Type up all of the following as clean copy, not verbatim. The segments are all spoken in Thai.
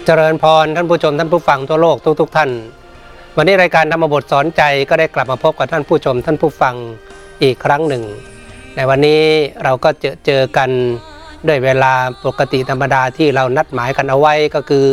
เจริญพรท่านผู้ชมท่านผู้ฟังทั่วโลกทุกท่านวันนี้รายการธรรมบทสอนใจก็ได้กลับมาพบกับท่านผู้ชมท่านผู้ฟังอีกครั้งหนึ่งในวันนี้เราก็เจอกันด้วยเวลาปกติธรรมดาที่เรานัดหมายกันเอาไว้ก็คือ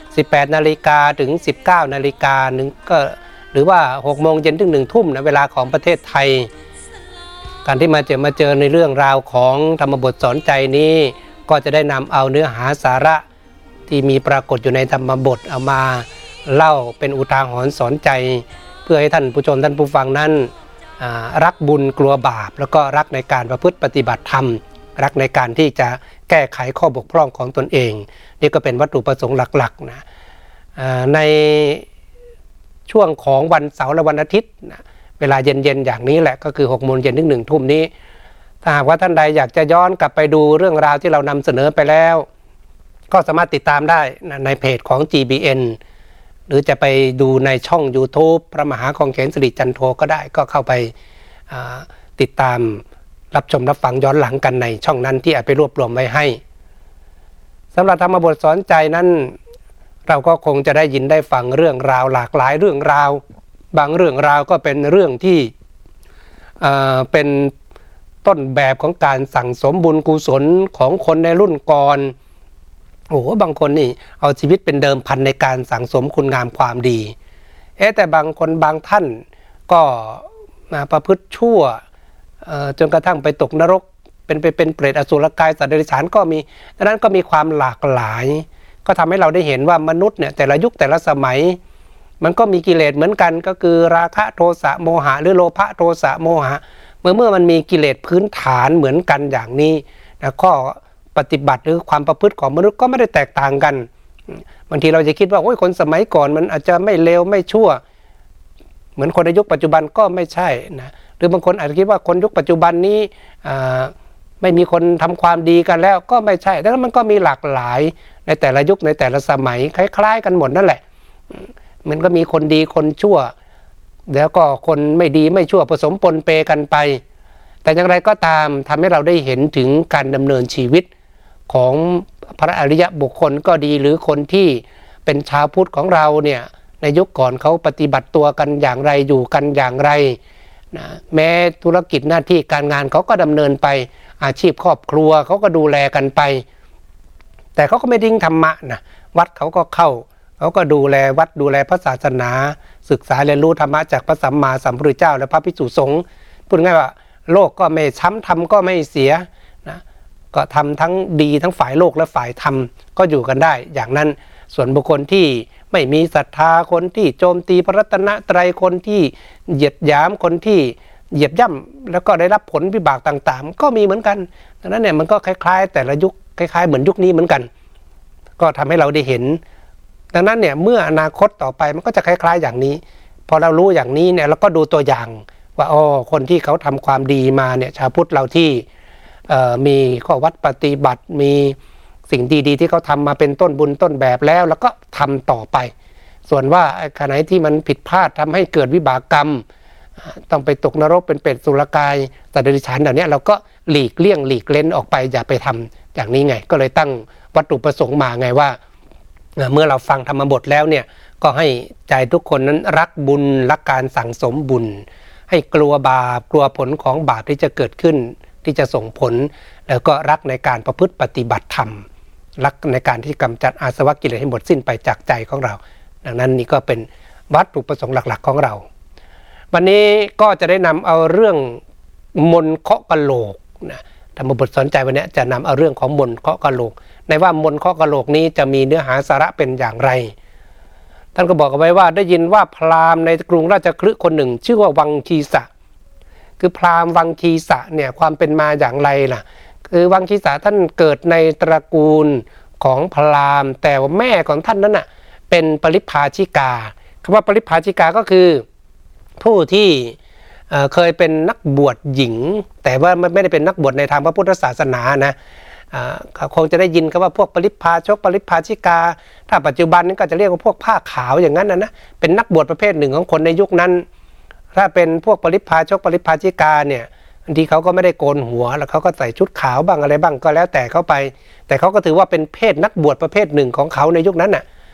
18 นาฬิกาถึง 19 นาฬิกาก็หรือว่า 6 โมงเย็นถึง 1 ทุ่มในเวลาของประเทศไทยการที่มาเจอในเรื่องราวของธรรมบทสอนใจนี้ก็จะได้นำเอาเนื้อหาสาระที่มีปรากฏอยู่ในธรรมบทเอามาเล่าเป็นอุทาหรณ์สอนใจเพื่อให้ท่านผู้ชมท่านผู้ฟังนั้นรักบุญกลัวบาปแล้วก็รักในการประพฤติปฏิบัติธรรมรักในการที่จะแก้ไขข้อบกพร่องของตนเองนี่ก็เป็นวัตถุประสงค์หลักๆนะในช่วงของวันเสาร์และวันอาทิตย์นะเวลาเย็นๆอย่างนี้แหละก็คือ 6 โมงเย็นถึง 1 ทุ่มนี้ถ้าหากว่าท่านใดอยากจะย้อนกลับไปดูเรื่องราวที่เรานำเสนอไปแล้วก็สามารถติดตามได้ในเพจของ GBN หรือจะไปดูในช่อง YouTube พระมหาคงเขนสิริจันโทก็ได้ก็เข้าไปติดตามรับชมรับฟังย้อนหลังกันในช่องนั้นที่เอาไปรวบรวมไว้ให้สำหรับธรรมบทสอนใจนั้นเราก็คงจะได้ยินได้ฟังเรื่องราวหลากหลายเรื่องราวบางเรื่องราวก็เป็นเรื่องที่เป็นต้นแบบของการสั่งสมบุญกุศลของคนในรุ่นก่อนโอ้โหบางคนนี่เอาชีวิตเป็นเดิมพันในการสั่งสมคุณงามความดีแต่บางคนบางท่านก็มาประพฤติชั่วจนกระทั่งไปตกนรกเป็นเปรตอสุรกายสัตว์เดรัจฉานก็มีดังนั้นก็มีความหลากหลายก็ทำให้เราได้เห็นว่ามนุษย์เนี่ยแต่ละยุคแต่ละสมัยมันก็มีกิเลสเหมือนกันก็คือราคะโทสะโมหะหรือโลภะโทสะโมหะเมื่อมันมีกิเลสพื้นฐานเหมือนกันอย่างนี้นะข้อปฏิบัติหรือความประพฤติของมนุษย์ก็ไม่ได้แตกต่างกันบางทีเราจะคิดว่าโอ้ยคนสมัยก่อนมันอาจจะไม่เลวไม่ชั่วเหมือนคนในยุคปัจจุบันก็ไม่ใช่นะหรือบางคนอาจจะคิดว่าคนยุคปัจจุบันนี้ไม่มีคนทำความดีกันแล้วก็ไม่ใช่ดังนั้นมันก็มีหลากหลายในแต่ละยุคในแต่ละสมัยคล้ายๆกันหมดนั่นแหละมันก็มีคนดีคนชั่วแล้วก็คนไม่ดีไม่ชั่วผสมปนเปกันไปแต่อย่างไรก็ตามทำให้เราได้เห็นถึงการดำเนินชีวิตของพระอริยบุคคลก็ดีหรือคนที่เป็นชาวพุทธของเราเนี่ยในยุคก่อนเขาปฏิบัติตัวกันอย่างไรอยู่กันอย่างไรนะแม้ธุรกิจหน้าที่การงานเขาก็ดำเนินไปอาชีพครอบครัวเขาก็ดูแลกันไปแต่เขาก็ไม่ทิ้งธรรมะนะวัดเขาก็เข้าเขาก็ดูแลวัดดูแลพระศาสนาศึกษาเรียนรู้ธรรมะจากพระสัมมาสัมพุทธเจ้าและพระภิกษุสงฆ์พูดง่ายว่าโลกก็ไม่ช้ำธรรมก็ไม่เสียนะก็ทำทั้งดีทั้งฝ่ายโลกและฝ่ายธรรมก็อยู่กันได้อย่างนั้นส่วนบุคคลที่ไม่มีศรัทธาคนที่โจมตีพระรัตนตรัยคนที่เหยียดหยามคนที่เหยียบย่ำแล้วก็ได้รับผลวิบากต่างๆก็มีเหมือนกันดังนั้นเนี่ยมันก็คล้ายๆแต่ละยุคคล้ายๆเหมือนยุคนี้เหมือนกันก็ทำให้เราได้เห็นดังนั้นเนี่ยเมื่ออนาคตต่อไปมันก็จะคล้ายๆอย่างนี้พอเรารู้อย่างนี้เนี่ยเราก็ดูตัวอย่างว่าคนที่เขาทำความดีมาเนี่ยชาวพุทธเราที่มีข้อวัดปฏิบัติมีสิ่งดีๆที่เขาทำมาเป็นต้นบุญต้นแบบแล้วก็ทำต่อไปส่วนว่าขณะที่มันผิดพลาดทำให้เกิดวิบากกรรมต้องไปตกนรกเป็นเปรตสุรกายสัตว์เดรัจฉานเหล่านี้เราก็หลีกเล้นออกไปอย่าไปทำอย่างนี้ไงก็เลยตั้งวัตถุประสงค์มาไงว่าเมื่อเราฟังธรรมบทแล้วเนี่ยก็ให้ใจทุกคนนั้นรักบุญรักการสั่งสมบุญให้กลัวบาปกลัวผลของบาปที่จะเกิดขึ้นที่จะส่งผลแล้วก็รักในการประพฤติปฏิบัติธรรมรักในการที่กำจัดอาสวะกิเลสให้หมดสิ้นไปจากใจของเราดังนั้นนี่ก็เป็นวัตถุประสงค์หลักๆของเราวันนี้ก็จะได้นำเอาเรื่องมนต์เคาะกะโหลกนะธรรมบทสอนใจวันนี้จะนำเอาเรื่องของมนต์เคาะกะโหลกในว่ามนต์เคาะกะโหลกนี้จะมีเนื้อหาสาระเป็นอย่างไรท่านก็บอกเอาไว้ว่าได้ยินว่าพราหมณ์ในกรุงราชคฤห์คนหนึ่งชื่อว่าวังคีสะคือพราหมณ์วังคีสะเนี่ยความเป็นมาอย่างไรล่ะคือวังคีสะท่านเกิดในตระกูลของพราหมณ์แต่ว่าแม่ของท่านนั้นน่ะเป็นปริพาชิกาคำว่าปริพาชิกาก็คือผู้ที่เคยเป็นนักบวชหญิงแต่ว่าไม่ได้เป็นนักบวชในทางพระพุทธศาสนานะคงจะได้ยินคำว่าพวกปริพาชกปริพาชิกาถ้าปัจจุบันนี้ก็จะเรียกว่าพวกผ้าขาวอย่างนั้นนะเป็นนักบวชประเภทหนึ่งของคนในยุคนั้นถ้าเป็นพวกปริพาชกปริพาชิกาเนี่ยบางทีเขาก็ไม่ได้โกนหัวแล้วเขาก็ใส่ชุดขาวบ้างอะไรบ้างก็แล้วแต่เขาไปแต่เขาก็ถือว่าเป็นเพศนักบวชประเภทหนึ่งของเขาในยุคนั้นน่ะ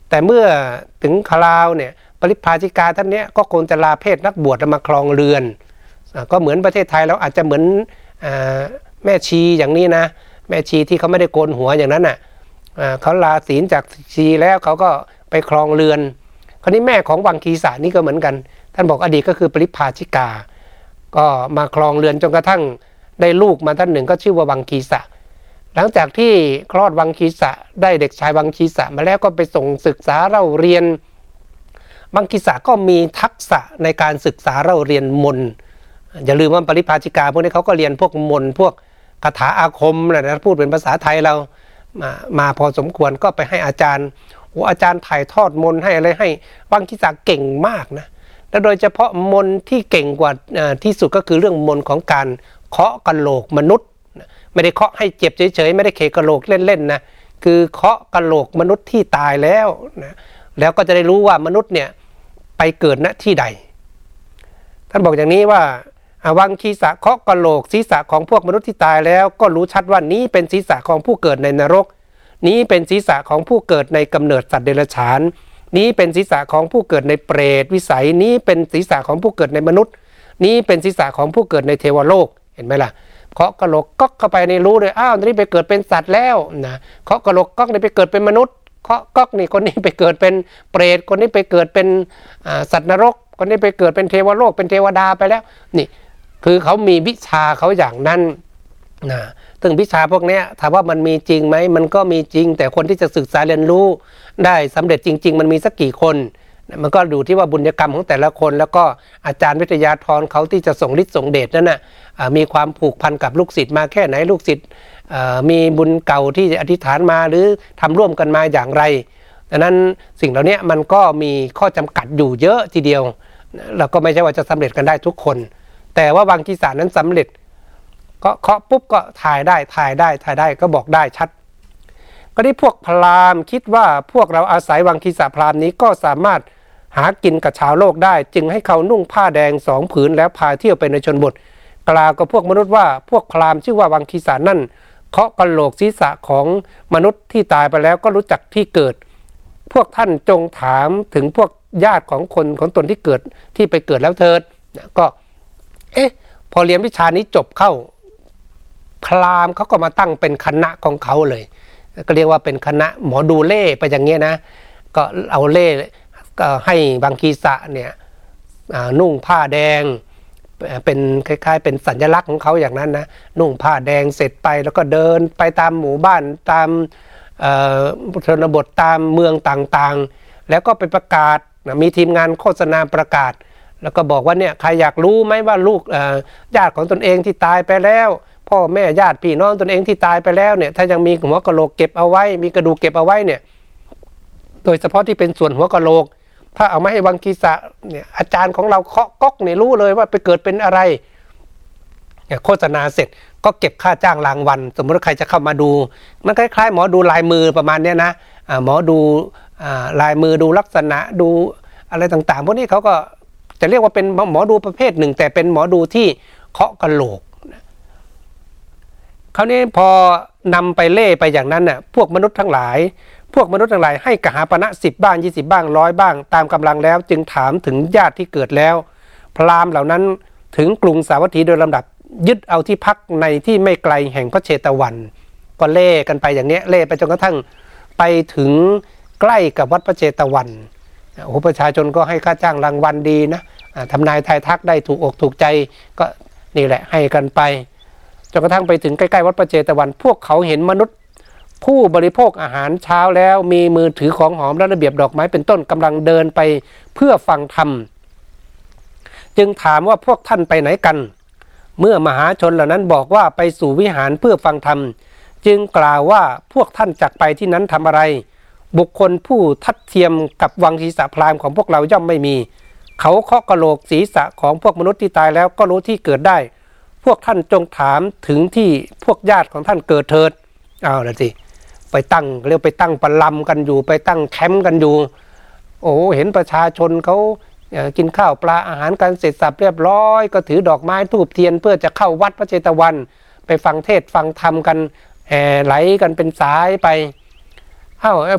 แต่เมื่อถึงคราวเนี่ยปริพาชิกาท่านเนี้ยก็คงจะลาเพศนักบวชมาครองเรือนก็เหมือนประเทศไทยเราอาจจะเหมือนแม่ชีอย่างนี้นะแม่ชีที่เขาไม่ได้โกนหัวอย่างนั้นน่ะเขาลาศีลจากชีแล้วเขาก็ไปครองเรือนคราวนี้แม่ของวังคีสะนี่ก็เหมือนกันท่านบอกอดีตก็คือปริพาชิกาก็มาครองเรือนจนกระทั่งได้ลูกมาท่านหนึ่งก็ชื่อว่าวังคีสะหลังจากที่คลอดวังคีสะได้เด็กชายวังคีสะมาแล้วก็ไปส่งศึกษาเล่าเรียนวังคีสะก็มีทักษะในการศึกษาเล่าเรียนมนต์อย่าลืมว่าปริพาชิกาพวกนี้เขาก็เรียนพวกมนต์พวกคาถาอาคมนะพูดเป็นภาษาไทยเรามาพอสมควรก็ไปให้อาจารย์อาจารย์ถ่ายทอดมนต์ให้อะไรให้วังคีสะเก่งมากนะและโดยเฉพาะมนต์ที่เก่งกว่าที่สุดก็คือเรื่องมนต์ของการเคาะกะโหลกมนุษย์ไม่ได้เคาะให้เจ็บเฉยๆไม่ได้เคกะโหลกเล่นๆนะคือเคาะกะโหลกมนุษย์ที่ตายแล้วนะแล้วก็จะได้รู้ว่ามนุษย์เนี่ยไปเกิดณที่ใดท่านบอกอย่างนี้ว่าวังคีสะเคาะกะโหลกศีรษะของพวกมนุษย์ที่ตายแล้วก็รู้ชัดว่านี้เป็นศีรษะของผู้เกิดในนรกนี้เป็นศีรษะของผู้เกิดในกำเนิดสัตว์เดรัจฉานนี้เป็นศีรษะของผู้เกิดในเปรตวิสัยนี้เป็นศีรษะของผู้เกิดในมนุษย์นี้เป็นศีรษะของผู้เกิดในเทวโลกเห็นไหมล่ะเคาะกะโหลกก๊อกเข้าไปในรู้เลยอ้าวนี่ไปเกิดเป็นสัตว์แล้วนะเคาะกะโหลกก๊อกนี่ไปเกิดเป็นมนุษย์เคาะก๊อกนี่คนนี้ไปเกิดเป็นเปรตคนนี้ไปเกิดเป็นสัตว์นรกคนนี้ไปเกิดเป็นเทวโลกเป็นเทวดาไปแล้วนี่คือเขามีวิชาเขาอย่างนั้นนะซึ่งวิชาพวกนี้ถามว่ามันมีจริงไหมมันก็มีจริงแต่คนที่จะศึกษาเรียนรู้ได้สำเร็จจริงๆมันมีสักกี่คนมันก็ดูที่ว่าบุญกรรมของแต่ละคนแล้วก็อาจารย์วิทยาธรเขาที่จะส่งฤทธิ์ส่งเดชนั้นนะมีความผูกพันกับลูกศิษย์มาแค่ไหนลูกศิษย์มีบุญเก่าที่อธิษฐานมาหรือทำร่วมกันมาอย่างไรดังนั้นสิ่งเหล่านี้มันก็มีข้อจำกัดอยู่เยอะทีเดียวเราก็ไม่ใช่ว่าจะสำเร็จกันได้ทุกคนแต่ว่าวังคีสะนั้นสำเร็จก็เคาะปุ๊บก็ถ่ายได้ก็บอกได้ชัดก็ได้พวกพราหมณ์คิดว่าพวกเราอาศัยวังคีสะพราหมณ์นี้ก็สามารถหากินกับชาวโลกได้จึงให้เขานุ่งผ้าแดง2 ผืนแล้วพาเที่ยวไปในชนบทกล่าวกับพวกมนุษย์ว่าพวกพราหมณ์ชื่อว่าวังคีสะนั่นเคาะกะโหลกศีรษะของมนุษย์ที่ตายไปแล้วก็รู้จักที่เกิดพวกท่านจงถามถึงพวกญาติของคนของตนที่เกิดที่ไปเกิดแล้วเถิดก็พอเรียนวิชานี้จบเข้าพราหมณ์เขาก็มาตั้งเป็นคณะของเขาเลยก็เรียกว่าเป็นคณะหมอดูเล่ไปอย่างเงี้ยนะก็เอาเล่ก็ให้วังคีสะเนี่ยนุ่งผ้าแดงเป็นคล้ายๆเป็นสัญลักษณ์ของเขาอย่างนั้นนะนุ่งผ้าแดงเสร็จไปแล้วก็เดินไปตามหมู่บ้านตามชนบทตามเมืองต่างๆแล้วก็ไปประกาศมีทีมงานโฆษณาประกาศแล้วก็บอกว่าเนี่ยใครอยากรู้ไหมว่าลูกญาติของตนเองที่ตายไปแล้วพ่อแม่ญาติพี่น้องตนเองที่ตายไปแล้วเนี่ยถ้ายังมีหัวกะโหลกเก็บเอาไว้มีกระดูกเก็บเอาไว้เนี่ยโดยเฉพาะที่เป็นส่วนหัวกะโหลกถ้าเอามาให้วังคีสะเนี่ยอาจารย์ของเราเคาะก๊อกเนี่ยรู้เลยว่าไปเกิดเป็นอะไรโฆษณาเสร็จก็เก็บค่าจ้างรางวัลสมมติว่าใครจะเข้ามาดูมันคล้ายๆหมอดูลายมือประมาณนี้นะหมอดูลายมือดูลักษณะดูอะไรต่างๆพวกนี้เขาก็จะเรียกว่าเป็นหมอดูประเภทหนึ่งแต่เป็นหมอดูที่เคาะกะโหลกคราวนี้พอนำไปเล่ไปอย่างนั้นน่ะพวกมนุษย์ทั้งหลายให้กหาปณะ10 บ้าง20 บ้าง100 บ้างตามกำลังแล้วจึงถามถึงญาติที่เกิดแล้วพราหมณ์เหล่านั้นถึงกรุงสาวัตถีโดยลำดับยึดเอาที่พักในที่ไม่ไกลแห่งพระเชตวันก็เล่กันไปอย่างนี้เล่ไปจนกระทั่งไปถึงใกล้กับวัดพระเชตวันโอ้ประชาชนก็ให้ค่าจ้างรางวัลดีนะทำนายทายทักได้ถูกอกถูกใจก็นี่แหละให้กันไปจนกระทั่งไปถึงใกล้ๆวัดพระเชตวันพวกเขาเห็นมนุษย์ผู้บริโภคอาหารเช้าแล้วมีมือถือของหอมและระเบียบดอกไม้เป็นต้นกำลังเดินไปเพื่อฟังธรรมจึงถามว่าพวกท่านไปไหนกันเมื่อมหาชนเหล่านั้นบอกว่าไปสู่วิหารเพื่อฟังธรรมจึงกล่าวว่าพวกท่านจักไปที่นั้นทำอะไรบุคคลผู้ทัดเทียมกับวังคีสะพราหมณ์ของพวกเราย่อมไม่มีเขาเคาะกะโหลกศีรษะของพวกมนุษย์ที่ตายแล้วก็รู้ที่เกิดได้พวกท่านจงถามถึงที่พวกญาติของท่านเกิดเถิดเอาละสิไปตั้งเรียกไปตั้งปะลำกันอยู่ไปตั้งแคมป์กันอยู่โอ้เห็นประชาชนเขากินข้าวปลาอาหารกันเสร็จสับเรียบร้อยก็ถือดอกไม้ธูปเทียนเพื่อจะเข้าวัดพระเชตวันไปฟังเทศน์ฟังธรรมกันแห่ไหลกันเป็นสายไปไอ้พวกเท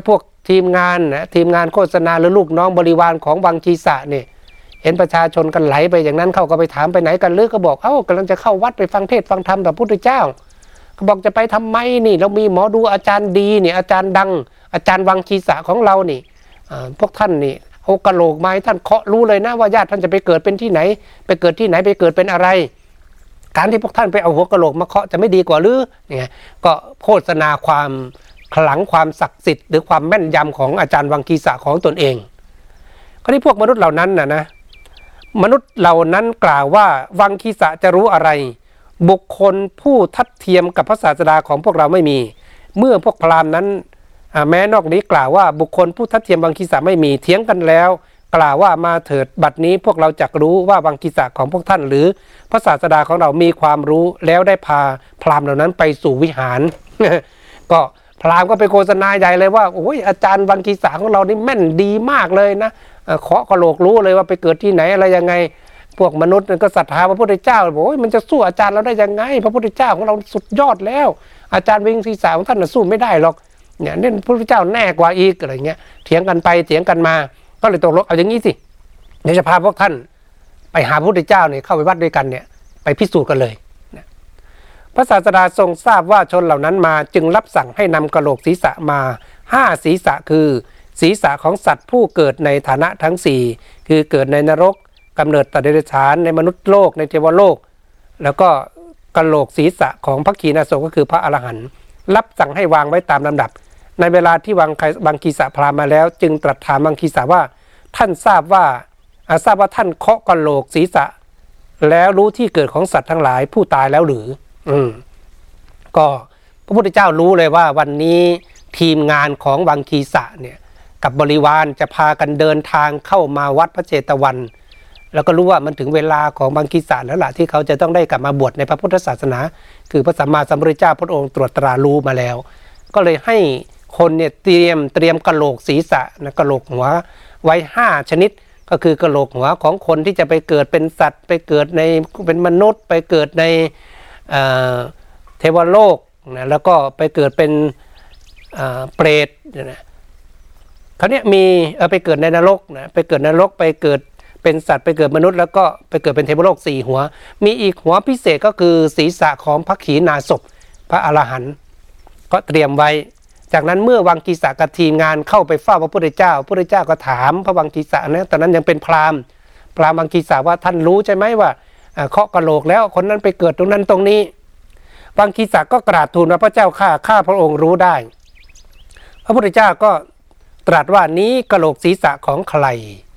ทีมงานโฆษณาหรือลูกน้องบริวารของวังคีสะเนี่ยเห็นประชาชนกันไหลไปอย่างนั้นเขาก็ไปถามไปไหนกันหรือก็บอกกำลังจะเข้าวัดไปฟังเทศน์ฟังธรรมต่อพระพุทธเจ้าเขาบอกจะไปทำไมนี่เรามีหมอดูอาจารย์ดีเนี่ยอาจารย์ดังอาจารย์วังคีสะของเรานี่พวกท่านนี่เอากะโหลกไม้ท่านเคาะรู้เลยนะว่าญาติท่านจะไปเกิดเป็นที่ไหนไปเกิดที่ไหนไปเกิดเป็นอะไรการที่พวกท่านไปเอาหัวกะโหลกมาเคาะจะไม่ดีกว่าหรือเนี่ยก็โฆษณาความขลังความศักดิ์สิทธิ์หรือความแม่นยำของอาจารย์วังคีสะของตนเองก็ที่พวกมนุษย์เหล่านั้นนะมนุษย์เหล่านั้นกล่าวว่าวังคีสะจะรู้อะไรบุคคลผู้ทัดเทียมกับพระศาสดาของพวกเราไม่มีเมื่อพวกพราหมณ์นั้นแม้นอกนี้กล่าวว่าบุคคลผู้ทัดเทียมวังคีสะไม่มีเถียงกันแล้วกล่าวว่ามาเถิดบัดนี้พวกเราจักรู้ว่าวังคีสะของพวกท่านหรือพระศาสดาของเรามีความรู้แล้วได้พาพราหมณ์เหล่านั้นไปสู่วิหาร ก็พราหมณ์ก็ไปโฆษณาใหญ่เลยว่าโอ้ยอาจารย์วังคีสะของเรานี่แม่นดีมากเลยนะเคาะกะโหลกรู้เลยว่าไปเกิดที่ไหนอะไรยังไงพวกมนุษย์ก็ศรัทธาพระพุทธเจ้าบอกโอ้ยมันจะสู้อาจารย์เราได้ยังไงพระพุทธเจ้าของเราสุดยอดแล้วอาจารย์วังคีสะของท่านสู้ไม่ได้หรอกเนี่ยนี่พระพุทธเจ้าแน่กว่าอีกอะไรเงี้ยเถียงกันไปเถียงกันมาก็เลยตกลงเอาอย่างนี้สิเดี๋ยวจะพาพวกท่านไปหาพระพุทธเจ้าเนี่ยเข้าไปวัดด้วยกันเนี่ยไปพิสูจน์กันเลยพระศาสดาทรงทราบว่าชนเหล่านั้นมาจึงรับสั่งให้นำกะโหลกศีรษะมา5ศีรษะคือศีรษะของสัตว์ผู้เกิดในฐานะทั้ง4คือเกิดในนรกกำเนิดตเดรัจฉานในมนุษย์โลกในเทวโลกแล้วก็กะโหลกศีรษะของพระขีณาสพก็คือพระอรหันต์รับสั่งให้วางไว้ตามลำดับในเวลาที่วังคีสะพราหมณ์มาแล้วจึงตรัสถามวังคีสะว่าท่านทราบว่าท่านเคาะกะโหลกศีรษะแล้วรู้ที่เกิดของสัตว์ทั้งหลายผู้ตายแล้วหรือก็พระพุทธเจ้ารู้เลยว่าวันนี้ทีมงานของวังคีสะเนี่ยกับบริวารจะพากันเดินทางเข้ามาวัดพระเจตวันแล้วก็รู้ว่ามันถึงเวลาของวังคีสะแล้วล่ะที่เขาจะต้องได้กลับมาบวชในพระพุทธศาสนาคือพระสัมมาสัมพุทธเจ้าพระองค์ตรวจตรารู้มาแล้วก็เลยให้คนเนี่ยเตรียมกะโหลกศีรษะนะกะโหลกหัวไว้5ชนิดก็คือกะโหลกหัวของคนที่จะไปเกิดเป็นสัตว์ไปเกิดในเป็นมนุษย์ไปเกิดในเทวโลกนะแล้วก็ไปเกิดเป็นเปรตนะเขาเนี่ยมีไปเกิดในนรกนะไปเกิดในนรกไปเกิดเป็นสัตว์ไปเกิดมนุษย์แล้วก็ไปเกิดเป็นเทวโลก4หัวมีอีกหัวพิเศษก็คือศีรษะของพระขีณาสพพระอรหันต์ก็เตรียมไว้จากนั้นเมื่อวังคีสะกับทีมงานเข้าไปเฝ้าพระพุทธเจ้าก็ถามพระวังคีสะนะตอนนั้นยังเป็นพราหมณ์วังคีสะว่าท่านรู้ใช่ไหมว่าเคาะกะโหลกแล้วคนนั้นไปเกิดตรงนั้นตรงนี้วังคีสะก็กราบทูลว่าพระเจ้าข้าพระองค์รู้ได้พระพุทธเจ้าก็ตรัสว่านี้กะโหลกศีรษะของใคร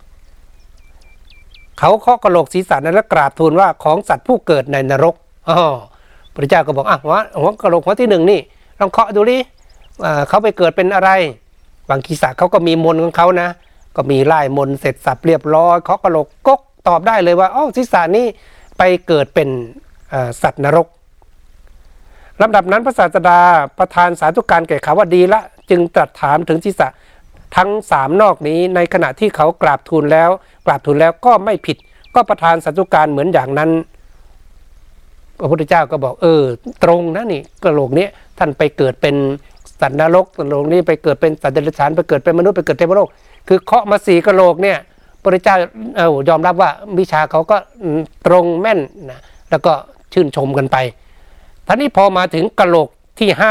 เขาเคาะกะโหลกศีรษะนั้นแล้วกราบทูลว่าของสัตว์ผู้เกิดในนรกพระพุทธเจ้าก็บอกหัวกะโหลกหัวที่1นี่ลองเคาะดูดิเขาไปเกิดเป็นอะไรวังคีสะเขาก็มีมนต์ของเขานะก็มีไล่มนต์เสร็จสับเรียบร้อยเคาะกะโหลกก๊กตอบได้เลยว่าศีรษะนี้ไปเกิดเป็นสัตว์นรกลำดับนั้นพระศาสดาประทานสาธุการแก่เขาว่าดีละจึงตรัสถามถึงศีรษะทั้ง3นอกนี้ในขณะที่เขากราบทูลแล้วก็ไม่ผิดก็ประทานสาธุการเหมือนอย่างนั้นพระพุทธเจ้าก็บอกตรงนะนี่กะโหลกนี้ท่านไปเกิดเป็นสัตว์นรกกะโหลกนี้ไปเกิดเป็นสัตว์เดรัจฉานไปเกิดเป็นมนุษย์ไปเกิดเทวโลกคือเคาะมา4กะโหลกเนี่ยพระพุทธเจ้ายอมรับว่าวิชาเขาก็ตรงแม่นนะแล้วก็ชื่นชมกันไปท่านี้พอมาถึงกะโหลกที่5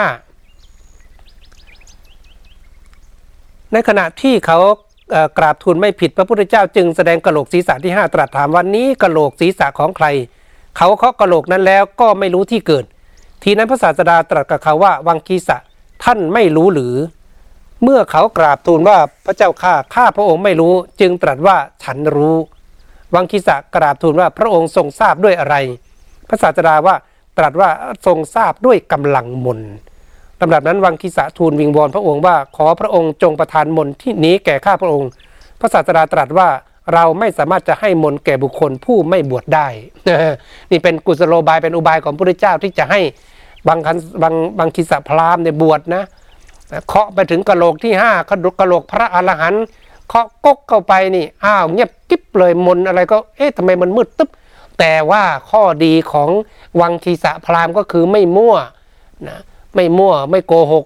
ในขณะที่เขากราบทูลไม่ผิดพระพุทธเจ้าจึงแสดงกะโหลกศีรษะที่5ตรัสถามว่านี้กะโหลกศีรษะของใครเขาเคาะกะโหลกนั้นแล้วก็ไม่รู้ที่เกิดทีนั้นพระศาสดาตรัสกับเขาว่าวังคีสะท่านไม่รู้หรือเมื่อเขากราบทูลว่าพระเจ้าข้าพระองค์ไม่รู้จึงตรัสว่าฉันรู้วังคีสะกราบทูลว่าพระองค์ทรงทราบด้วยอะไรพระศาสดาว่าตรัสว่าทรงทราบด้วยกำลังมนต์ลำดับนั้นวังคีสะทูลวิงวอนพระองค์ว่าขอพระองค์จงประทานมนต์ที่นี้แก่ข้าพระองค์พระศาสดาตรัสว่าเราไม่สามารถจะให้มนต์แก่บุคคลผู้ไม่บวชได้นี่เป็นกุศโลบายเป็นอุบายของพระพุทธเจ้าที่จะให้บางคีสะพราหมณ์ในบวชนะเคาะไปถึงกะโหลกที่5กะโหลกพระอรหันต์เคาะก๊กเข้าไปนี่เงียบกิ๊บเลยมนต์อะไรก็ทำไมมันมืดตึ๊บแต่ว่าข้อดีของวังคีสะพราหมณ์ก็คือไม่มั่วนะไม่โกหก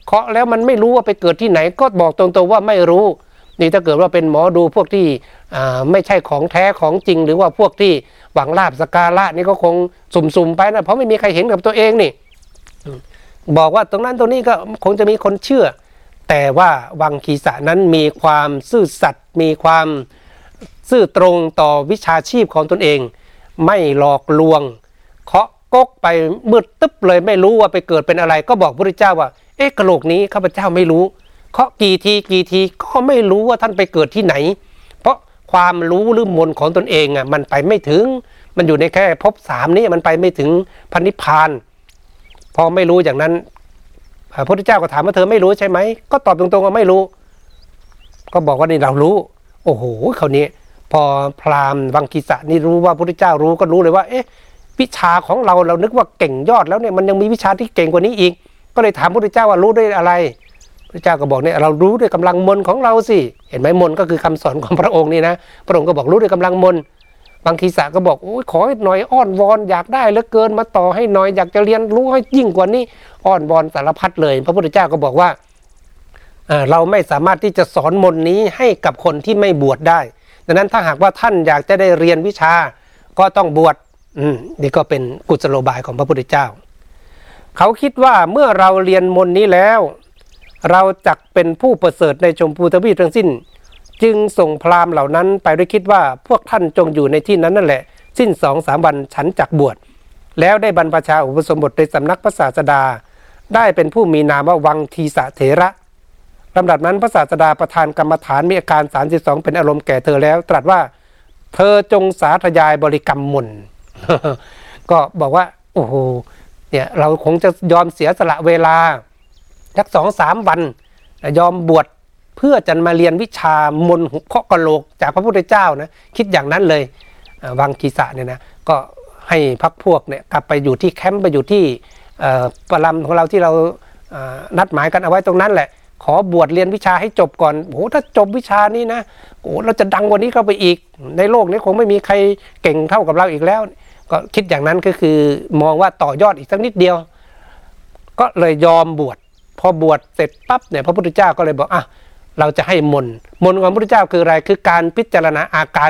เคาะแล้วมันไม่รู้ว่าไปเกิดที่ไหนก็บอกตรงๆว่าไม่รู้นี่ถ้าเกิดว่าเป็นหมอดูพวกที่ไม่ใช่ของแท้ของจริงหรือว่าพวกที่หวังลาภสักการะนี่ก็คงสุ่มๆไปนะเพราะไม่มีใครเห็นกับตัวเองนี่บอกว่าตรงนั้นตรงนี้ก็คงจะมีคนเชื่อแต่ว่าวังคีสะนั้นมีความซื่อสัตย์มีความซื่อตรงต่อวิชาชีพของตนเองไม่หลอกลวงเคาะก๊กไปมืดตึ๊บเลยไม่รู้ว่าไปเกิดเป็นอะไรก็บอกพระพุทธเจ้าว่าเอ๊ะกะโหลกนี้ข้าพเจ้าไม่รู้เคาะกี่ทีก็ไม่รู้ว่าท่านไปเกิดที่ไหนเพราะความรู้หรือมนของตนเองมันไปไม่ถึงมันอยู่ในแค่ภพสามนี้มันไปไม่ถึงพระนิพพานพอไม่รู้อย่างนั้นพระพุทธเจ้าก็ถามว่าเธอไม่รู้ใช่ไหมก็ตอบตรงๆว่าไม่รู้ก็บอกว่านี่เรารู้โอ้โหคราวนี้พอพราหมณ์วังคีสะนี่รู้ว่าพระพุทธเจ้ารู้ก็รู้เลยว่าเอ๊ะวิชาของเรานึกว่าเก่งยอดแล้วเนี่ยมันยังมีวิชาที่เก่งกว่านี้อีกก็เลยถามพระพุทธเจ้าว่ารู้ด้วยอะไรพระเจ้าก็บอกเนี่ยเรารู้ด้วยกำลังมนของเราสิเห็นไหมมนก็คือคำสอนของพระองค์นี่นะพระองค์ก็บอกรู้ด้วยกำลังมนวังคีสะก็บอกโอ้ยขอให้หน่อยอ้อนวอนอยากได้เหลือเกินมาต่อให้หน่อยอยากจะเรียนรู้ให้ยิ่งกว่านี้อ้อนวอนสารพัดเลยพระพุทธเจ้าก็บอกว่าเราไม่สามารถที่จะสอนมนนี้ให้กับคนที่ไม่บวชได้ดังนั้นถ้าหากว่าท่านอยากจะได้เรียนวิชาก็ต้องบวชนี่ก็เป็นกุศโลบายของพระพุทธเจ้าเขาคิดว่าเมื่อเราเรียนมนนี้แล้วเราจักเป็นผู้ประเสริฐในชมพูทวีปทั้งสิ้นจึงส่งพราหมณ์เหล่านั้นไปด้วยคิดว่าพวกท่านจงอยู่ในที่นั้นนั่นแหละสิ้น 2-3 วันฉันจักบวชแล้วได้บรรพชาอุปสมบทในสำนักพระศาสดาได้เป็นผู้มีนามว่าวังคีสะเถระลำดับนั้นพระศาสดาประทานกรรมฐานมีอาการ32เป็นอารมณ์แก่เธอแล้วตรัสว่าเธอจงสาธยายบริกรรมมนต์ ก็บอกว่าโอ้โหเนี่ยเราคงจะยอมเสียสละเวลาสัก 2-3 วันยอมบวชเพื่อจะมาเรียนวิชามนต์เคาะกะโหลกจากพระพุทธเจ้านะคิดอย่างนั้นเลยวังคีสะเนี่ยนะก็ให้พรรคพวกเนี่ยกลับไปอยู่ที่แคมป์ไปอยู่ที่ประลำของเราที่เรานัดหมายกันเอาไว้ตรงนั้นแหละขอบวชเรียนวิชาให้จบก่อนโอ้ถ้าจบวิชานี้นะโอ้เราจะดังกว่านี้เข้าไปอีกในโลกนี้คงไม่มีใครเก่งเท่ากับเราอีกแล้วก็คิดอย่างนั้นก็คือมองว่าต่อยอดอีกสักนิดเดียวก็เลยยอมบวชพอบวชเสร็จปั๊บเนี่ยพระพุทธเจ้าก็เลยบอกเราจะให้มนต์ของพระพุทธเจ้าคืออะไรคือการพิจารณาอาการ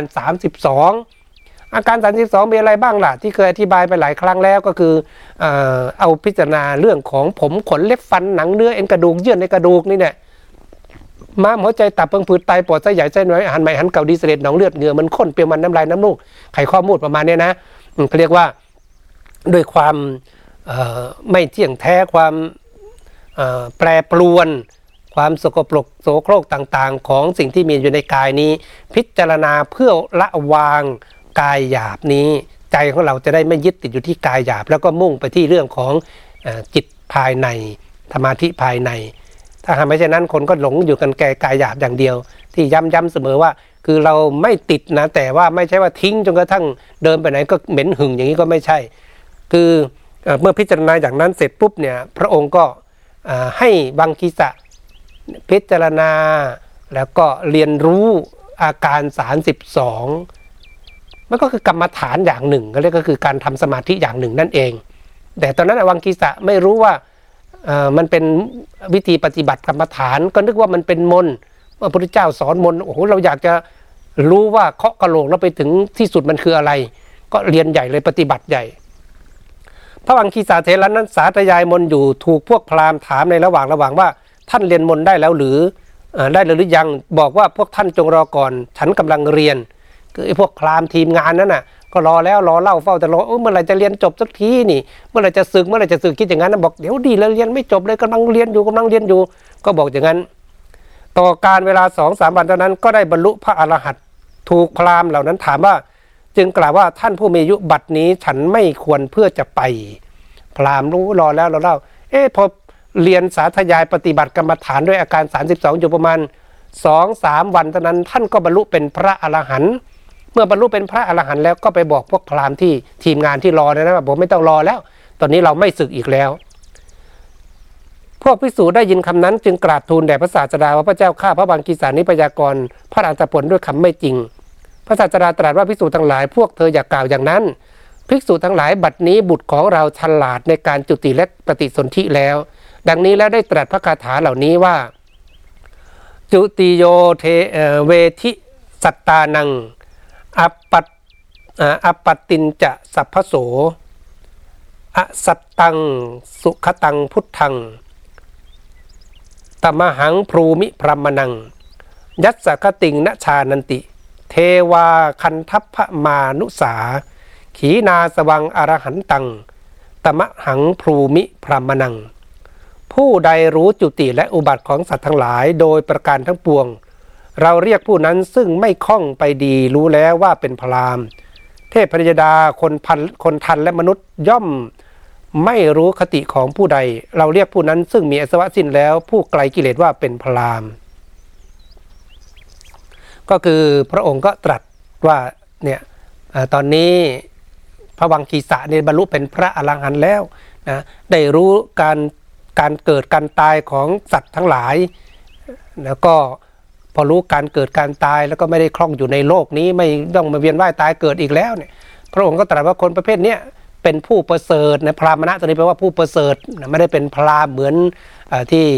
32อาการ32มีอะไรบ้างล่ะที่เคยอธิบายไปหลายครั้งแล้วก็คือเอาพิจารณาเรื่องของผมขนเล็บฟันหนังเนื้อเอ็นกระดูกเยื่อในกระดูกนี่เนี่ยม้ามหัวใจตับพังผืดไตปอดไส้ใหญ่ไส้น้อยอาหารใหม่อาหารเก่าดีเสด็จหนองเลือดเหงื่อมันข้นเปรี้ยวมันน้ำลายน้ำมูกไขข้อมูดประมาณนี้นะเขาเรียกว่าด้วยความไม่เที่ยงแท้ความแปรปรวนความสกปรกโสโครกต่างๆของสิ่งที่มีอยู่ในกายนี้พิจารณาเพื่อละวางกายหยาบนี้ใจของเราจะได้ไม่ยึดติดอยู่ที่กายหยาบแล้วก็มุ่งไปที่เรื่องของจิตภายในสมาธิภายในถ้าหากไม่เช่นนั้นคนก็หลงอยู่กันแก่กายหยาบอย่างเดียวที่ย้ำเสมอว่าคือเราไม่ติดนะแต่ว่าไม่ใช่ว่าทิ้งจนกระทั่งเดินไปไหนก็เหม็นหึงอย่างนี้ก็ไม่ใช่คือเมื่อพิจารณาอย่างนั้นเสร็จปุ๊บเนี่ยพระองค์ก็ให้วังคีสะพิจารณาแล้วก็เรียนรู้อาการ32มันก็คือกรรมฐานอย่างหนึ่งก็เรียกก็คือการทำสมาธิอย่างหนึ่งนั่นเองแต่ตอนนั้นวังคีสะไม่รู้ว่ามันเป็นวิธีปฏิบัติกรรมฐานก็นึกว่ามันเป็นมนต์พระพุทธเจ้าสอนมนต์โอ้โหเราอยากจะรู้ว่าเคาะกะโหลกแล้วไปถึงที่สุดมันคืออะไรก็เรียนใหญ่เลยปฏิบัติใหญ่พระวังคีสะเถระนั้นสาธยายมนต์อยู่ถูกพวกพราหมณ์ถามในระหว่างว่าท่านเรียนมนต์ได้แล้วหรือได้หรือยังบอกว่าพวกท่านจงรอก่อนฉันกำลังเรียนคือไอ้พวกพราหมณ์ทีมงานนั้นน่ะก็รอแล้วรอเล่าเฝ้าแต่รอเมื่อไหร่จะเรียนจบสักทีนี่เมื่อไหร่จะศึกคิดอย่างนั้นนะบอกเดี๋ยวดีแล้วเรียนไม่จบเลยกำลังเรียนอยู่ก็บอกอย่างนั้นต่อการเวลา 2-3 วันเท่านั้นก็ได้บรรลุพระอรหันต์ถูกพราหมณ์เหล่านั้นถามว่าจึงกล่าวว่าท่านผู้มีอายุบัดนี้ฉันไม่ควรเพื่อจะไปพราหมณ์รู้รอแล้วรอเล่าพอเรียนสาธยายปฏิบัติกรรมฐานด้วยอาการ32อยู่ประมาณ 2-3 วันเท่านั้นท่านก็บรรลุเป็นพระอรหันต์เมื่อบรรลุเป็นพระอรหันต์แล้วก็ไปบอกพวกพราหมณ์ที่ทีมงานที่รอนะว่าผมไม่ต้องรอแล้วตอนนี้เราไม่ศึกอีกแล้วพวกภิกษุได้ยินคำนั้นจึงกราบทูลแด่พระศาสดาว่าพระเจ้าข้าพระวังคีสานิพยากรณ์พระอัฏฐผลด้วยคำไม่จริงพระศาสดาตรัสว่าภิกษุทั้งหลายพวกเธออย่ากล่าวอย่างนั้นภิกษุทั้งหลายบัดนี้บุตรของเราฉลาดในการจุติและปฏิสนธิแล้วดังนี้แล้วได้ตรัสพระคาถาเหล่านี้ว่าจุติโยเทเวทิสัตตานังอปตินจะสัพพโสอสัตตังสุขตังพุทธังตมหังพรูมิพรหมนังยัสสะคติงนชานันติเทวาคันทัพพมานุสาขีนาสวังอรหันตังตมหังพรูมิพรหมนังผู้ใดรู้จุติและอุบัติของสัตว์ทั้งหลายโดยประการทั้งปวงเราเรียกผู้นั้นซึ่งไม่คล่องไปดีรู้แล้วว่าเป็นพราหมณ์เทพพยดาคนทันและมนุษย์ย่อมไม่รู้คติของผู้ใดเราเรียกผู้นั้นซึ่งมีอาสวะสิ้นแล้วผู้ไกลกิเลสว่าเป็นพราหมณ์ก็คือพระองค์ก็ตรัสว่าเนี่ยตอนนี้พระวังคีสะเนี่ยบรรลุเป็นพระอรหันต์แล้วนะได้รู้การเกิดการตายของสัตว์ทั้งหลายแล้วก็พอรู้การเกิดการตายแล้วก็ไม่ได้คล่องอยู่ในโลกนี้ไม่ต้องมาเวียนว่ายตายเกิดอีกแล้วเนี่ยพระองค์ก็ตรัสว่าคนประเภทนี้เป็นผู้ประเสริฐนะพราหมณะตัวนี้แปลว่าผู้ประเสริฐไม่ได้เป็นพราหมณ์เหมือนที่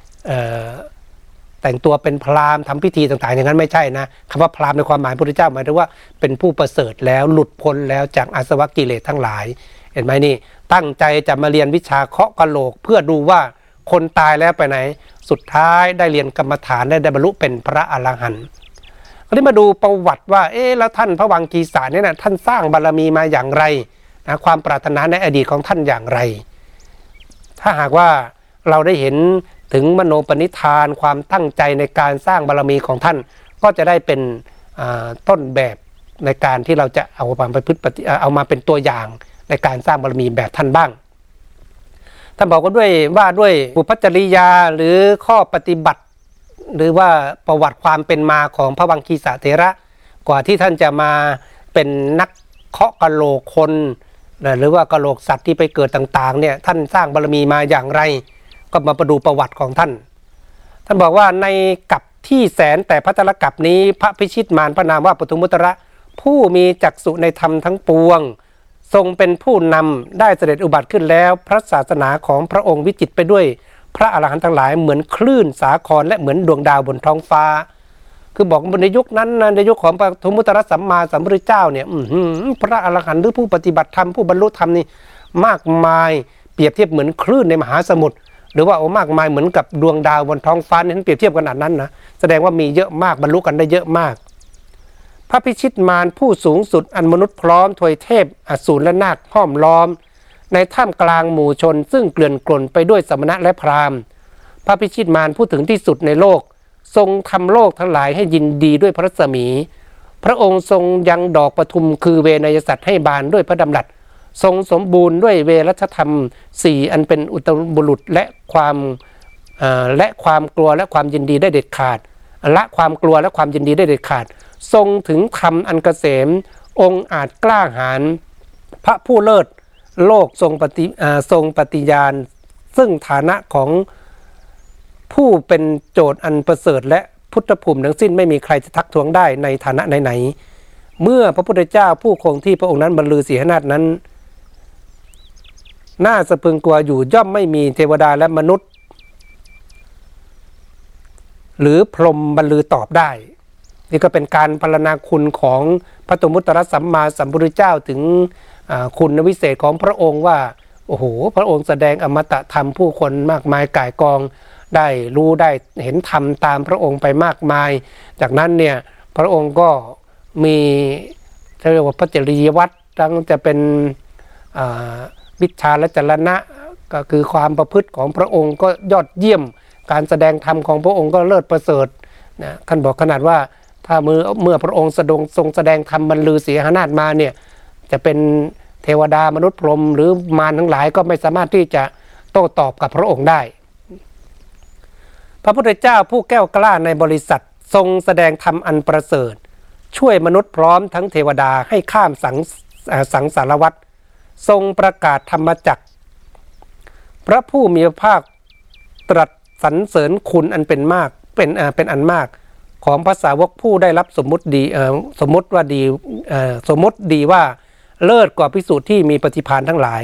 แต่งตัวเป็นพราหมณ์ทำพิธีต่างๆอย่างนั้นไม่ใช่นะคำว่าพราหมณ์ในความหมายพระพุทธเจ้าหมายถึงว่าเป็นผู้ประเสริฐแล้วหลุดพ้นแล้วจากอาสวะกิเลสทั้งหลายเห็นไหมนี่ตั้งใจจะมาเรียนวิชาเคาะกะโหลกเพื่อดูว่าคนตายแล้วไปไหนสุดท้ายได้เรียนกรรมฐานได้บรรลุเป็นพระอรหันต์คราวนี้มาดูประวัติว่าแล้วท่านพระวังคีสะเนี่ยนะท่านสร้างบารมีมาอย่างไรนะความปรารถนาในอดีตของท่านอย่างไรถ้าหากว่าเราได้เห็นถึงมโนปณิธานความตั้งใจในการสร้างบารมีของท่านก็จะได้เป็นต้นแบบในการที่เราจะเอามาประพฤติเอามาเป็นตัวอย่างในการสร้างบารมีแบบท่านบ้างท่านบอกว่าด้วยบุพจริยาหรือข้อปฏิบัติหรือว่าประวัติความเป็นมาของพระวังคีสะเถระกว่าที่ท่านจะมาเป็นนักเคาะกะโหลกคนหรือว่ากะโหลกสัตว์ที่ไปเกิดต่างๆเนี่ยท่านสร้างบารมีมาอย่างไรก็มาดูประวัติของท่านบอกว่าในกัปที่แสนแต่พัทรกัปนี้พระพิชิตมารพระนามว่าปทุมุตระผู้มีจักษุในธรรมทั้งปวงทรงเป็นผู้นำได้เสด็จอุบัติขึ้นแล้วพระศาสนาของพระองค์วิจิตรไปด้วยพระอรหันต์ทั้งหลายเหมือนคลื่นสาครและเหมือนดวงดาวบนท้องฟ้าคือบอกในยุคนั้นในยุคของปทุมุตระสัมมาสัมพุทธเจ้าเนี่ยพระอรหันต์หรือผู้ปฏิบัติธรรมผู้บรรลุธรรมนี่มากมายเปรียบเทียบเหมือนคลื่นในมหาสมุทรหรือว่ามากมายเหมือนกับดวงดาวบนท้องฟ้านั้นเปรียบเทียบขนาดนั้นนะแสดงว่ามีเยอะมากบรรลุกันได้เยอะมากพระพิชิตมารผู้สูงสุดอันมนุษย์พร้อมทวยเทพอสูรและนาคห้อมล้อมในท่ามกลางหมู่ชนซึ่งเกลื่อนกล่นไปด้วยสมณะและพราหมณ์พระพิชิตมารผู้ถึงที่สุดในโลกทรงทำโลกทั้งหลายให้ยินดีด้วยพระรัศมีพระองค์ทรงยังดอกปทุมคือเวนยสัตว์ให้บานด้วยพระดำรัสทรงสมบูรณ์ด้วยเวรัชธรรม4อันเป็นอุตตรบุรุษและความกลัวและความยินดีได้เด็ดขาดละความกลัวและความยินดีได้เด็ดขาดทรงถึงธรรมอันเกษมองค์อาจกล้าหาญพระผู้เลิศโลกทรงปฏิญาณซึ่งฐานะของผู้เป็นโจทย์อันประเสริฐและพุทธภูมิทั้งสิ้นไม่มีใครจะทักท้วงได้ในฐานะไหนๆเมื่อพระพุทธเจ้าผู้คงที่พระองค์นั้นบรรลือสีหนาฏนั้นน่าสะพึงกลัวอยู่ย่อมไม่มีเทวดาและมนุษย์หรือพรหมบรรลือตอบได้นี่ก็เป็นการพรรณนาคุณของพระตุมุตตรสัมมาสัมพุทธเจ้าถึงคุณวิเศษของพระองค์ว่าโอ้โหพระองค์แสดงอมตะธรรมผู้คนมากมายก่ายกองได้รู้ได้เห็นธรรมตามพระองค์ไปมากมายจากนั้นเนี่ยพระองค์ก็มีเรียกว่าพระจริยวัตรทั้งจะเป็นวิชาและจรณะก็คือความประพฤติของพระองค์ก็ยอดเยี่ยมการแสดงธรรมของพระองค์ก็เลิศประเสริฐนะท่านบอกขนาดว่าถ้าเมื่อพระองค์ทรงแสดงธรรมบรรลือสีหนาฏมาเนี่ยจะเป็นเทวดามนุษย์พรหมหรือมารทั้งหลายก็ไม่สามารถที่จะโต้ตอบกับพระองค์ได้พระพุทธเจ้าผู้แก้วกล้าในบริษัททรงแสดงธรรมอันประเสริฐช่วยมนุษย์พร้อมทั้งเทวดาให้ข้ามสังสารวัฏทรงประกาศธรรมจักรพระผู้มีพระภาคตรัสสรรเสริญคุณอันเป็นมากเป็นอันมากของภาษาวกผู้ได้รับสมมุติดีว่าเลิศกว่าภิกษุที่มีปฏิภาณทั้งหลาย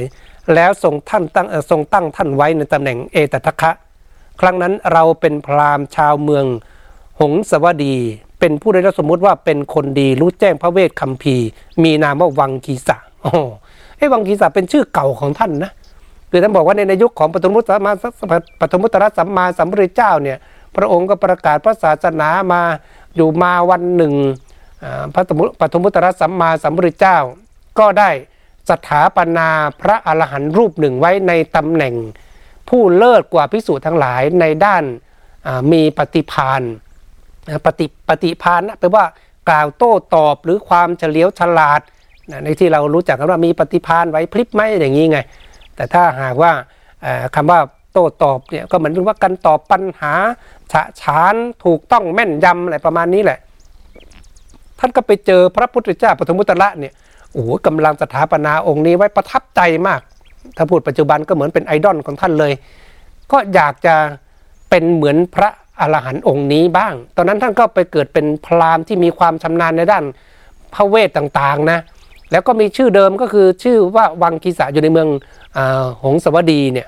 แล้วทรงตั้งท่านไว้ในตำแหน่งเอตทัคคะครั้งนั้นเราเป็นพราหมณ์ชาวเมืองหงสาวดีเป็นผู้ได้รับสมมุติว่าเป็นคนดีรู้แจ้งพระเวทคัมภีร์มีนามว่าวังคีสะวังคีสะเป็นชื่อเก่าของท่านนะคือท่านบอกว่าในยุคของปฐมมุตตรสัมมาสัมพุทธเจ้าเนี่ยพระองค์ก็ประกาศพระศาสนามาอยู่มาวันหนึ่งพระปฐมมุตตรสัมมาสัมพุทธเจ้าก็ได้สถาปนาพระอรหันต์รูปหนึ่งไว้ในตำแหน่งผู้เลิศกว่าภิกษุทั้งหลายในด้านมีปฏิภาณปฏิภาณแปลว่ากล่าวโต้ตอบหรือความเฉลียวฉลาดในที่เรารู้จักกันว่ามีปฏิภาณไหวพริบไหมอย่างนี้ไงแต่ถ้าหากว่าคำว่าโต้ตอบเนี่ยก็เหมือนว่าการตอบปัญหาฉะฉานถูกต้องแม่นยำอะไรประมาณนี้แหละท่านก็ไปเจอพระพุทธเจ้าปฐมมุตตระเนี่ยโอ้โหกำลังสถาปนาองค์นี้ไว้ประทับใจมากถ้าพูดปัจจุบันก็เหมือนเป็นไอดอลของท่านเลยก็อยากจะเป็นเหมือนพระอรหันต์องค์นี้บ้างตอนนั้นท่านก็ไปเกิดเป็นพราหมณ์ที่มีความชำนาญในด้านพระเวทต่างๆนะแล้วก็มีชื่อเดิมก็คือชื่อว่าวังคีสะอยู่ในเมืองหงสาวดีเนี่ย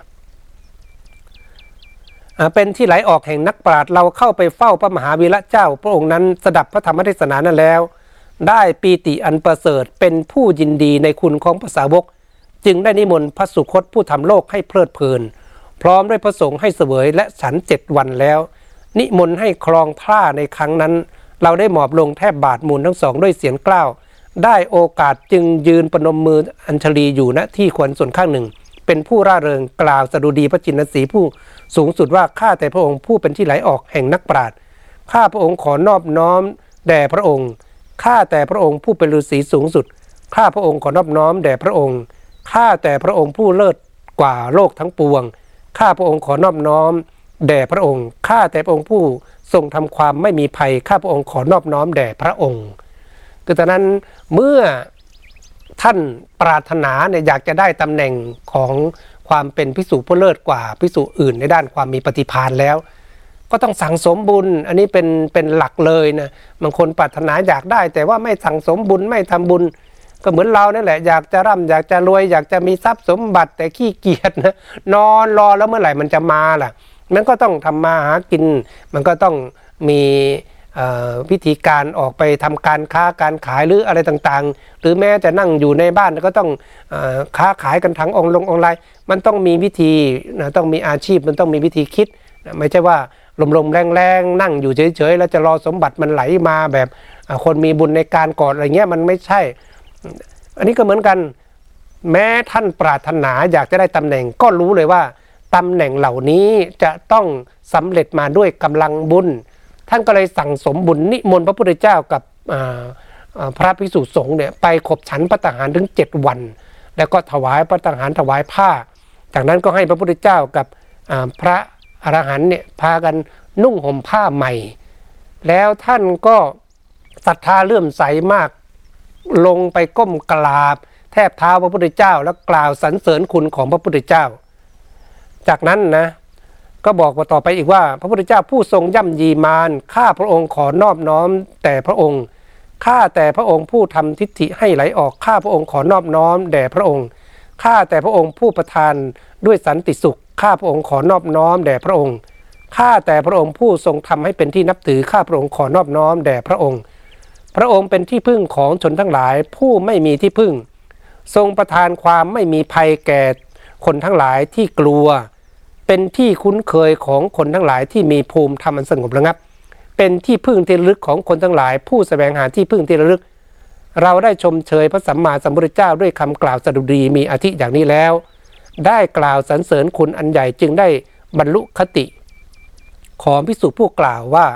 เป็นที่ไหลออกแห่งนักปราชญ์เราเข้าไปเฝ้าพระมหาวีระเจ้าพระองค์นั้นสดับพระธรรมเทศนานั้นแล้วได้ปีติอันประเสริฐเป็นผู้ยินดีในคุณของพระสาวกจึงได้นิมนต์พระสุคตผู้ทำโลกให้เพลิดเพลินพร้อมด้วยพระสงฆ์ให้เสวยและฉัน7 วันแล้วนิมนต์ให้ครองผ้าในครั้งนั้นเราได้หมอบลงแทบบาทมูลทั้งสองด้วยเสียงกล้าวได้โอกาสจึงยืนประนมมืออัญชลีอยู่ณที่ควรส่วนข้างหนึ่งเป็นผู้ร่าเริงกล่าวสดุดีพระจินสีผู้สูงสุดว่าข้าแต่พระองค์ผู้เป็นที่ไหลออกแห่งนักปราชญ์ข้าพระองค์ขอนอบน้อมแด่พระองค์ข้าแต่พระองค์ผู้เป็นฤาษีสูงสุดข้าพระองค์ขอนอบน้อมแด่พระองค์ข้าแต่พระองค์ผู้เลิศกว่าโลกทั้งปวงข้าพระองค์ขอนอบน้อมแด่พระองค์ข้าแต่พระองค์ผู้ทรงทำความไม่มีภัยข้าพระองค์ขอนอบน้อมแด่พระองค์คือตอนนั้นเมื่อท่านปรารถนาเนี่ยอยากจะได้ตำแหน่งของความเป็นภิกษุผู้เลิศกว่าภิกษุอื่นในด้านความมีปฏิภาณแล้วก็ต้องสั่งสมบุญอันนี้เป็นหลักเลยนะบางคนปรารถนาอยากได้แต่ว่าไม่สั่งสมบุญไม่ทำบุญก็เหมือนเรานั่นแหละอยากจะร่ำอยากจะรวยอยากจะมีทรัพย์สมบัติแต่ขี้เกียจนะนอนรอแล้วเมื่อไหร่มันจะมาล่ะมันก็ต้องทำมาหากินมันก็ต้องมีวิธีการออกไปทำการค้าการขายหรืออะไรต่างๆหรือแม้จะนั่งอยู่ในบ้านก็ต้องค้าขายกันทางออนไลน์มันต้องมีวิธีนะต้องมีอาชีพมันต้องมีวิธีคิดนะไม่ใช่ว่าลมๆแรงๆนั่งอยู่เฉยๆแล้วจะรอสมบัติมันไหลมาแบบคนมีบุญในการกอดอะไรเงี้ยมันไม่ใช่อันนี้ก็เหมือนกันแม้ท่านปรารถนาอยากจะได้ตำแหน่งก็รู้เลยว่าตำแหน่งเหล่านี้จะต้องสำเร็จมาด้วยกำลังบุญท่านก็เลยสั่งสมบุญนิมนต์พระพุทธเจ้ากับพระภิกษุสงฆ์เนี่ยไปขบฉันภัตตาหารถึง7 วันแล้วก็ถวายภัตตาหารถวายผ้าจากนั้นก็ให้พระพุทธเจ้ากับพระอรหันต์เนี่ยพากันนุ่งห่มผ้าใหม่แล้วท่านก็ศรัทธาเลื่อมใสมากลงไปก้มกราบแทบเท้าพระพุทธเจ้าแล้วกล่าวสรรเสริญคุณของพระพุทธเจ้าจากนั้นนะก็บอกว่าต่อไปอีกว่าพระพุทธเจ้าผู้ทรงย่ำยีมารข้าพระองค์ขอนอบน้อมแต่พระองค์ข้าแต่พระองค์ผู้ทำทิฏฐิให้ไหลออกข้าพระองค์ขอนอบน้อมแด่พระองค์ข้าแต่พระองค์ผู้ประทานด้วยสันติสุขข้าพระองค์ขอนอบน้อมแด่พระองค์ข้าแต่พระองค์ผู้ทรงทำให้เป็นที่นับถือข้าพระองค์ขอนอบน้อมแด่พระองค์พระองค์เป็นที่พึ่งของชนทั้งหลายผู้ไม่มีที่พึ่งทรงประทานความไม่มีภัยแก่คนทั้งหลายที่กลัวเป็นที่คุ้นเคยของคนทั้งหลายที่มีภูมิธรรมอันสงบระงับเป็นที่พึ่งที่ระลึกของคนทั้งหลายผู้แสวงหาที่พึ่งที่ระลึกเราได้ชมเชยพระสัมมาสัมพุทธเจ้าด้วยคำกล่าวสดุดีมีอาทิอย่างนี้แล้วได้กล่าวสรรเสริญคุณอันใหญ่จึงได้บรรลุคติของภิกษุผู้กล่าวว่า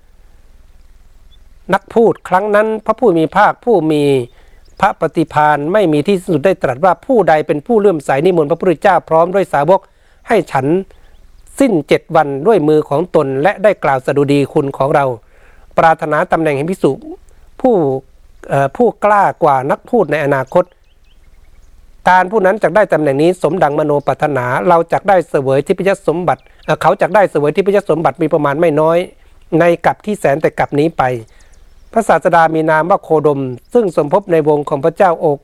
นักพูดครั้งนั้นพระผู้มีภาคผู้มีพระปฏิภาณไม่มีที่สุดได้ตรัสว่าผู้ใดเป็นผู้เลื่อมใสนิมนต์พระพุทธเจ้าพร้อมด้วยสาวกให้ฉันสิ้น7 วันด้วยมือของตนและได้กล่าวสดุดีคุณของเราปรารถนาตำแหน่งแห่งภิกษุผู้กล้ากว่านักพูดในอนาคตการผู้นั้นจักได้ตำแหน่งนี้สมดังมโนปรารถนาเราจักได้เสวยทิพยสมบัติเขาจักได้เสวยทิพยสมบัติมีประมาณไม่น้อยในกัปที่แสนแต่กัปนี้ไปพระศาสดามีนามว่าโคดมซึ่งสมภพในวงของพระเจ้า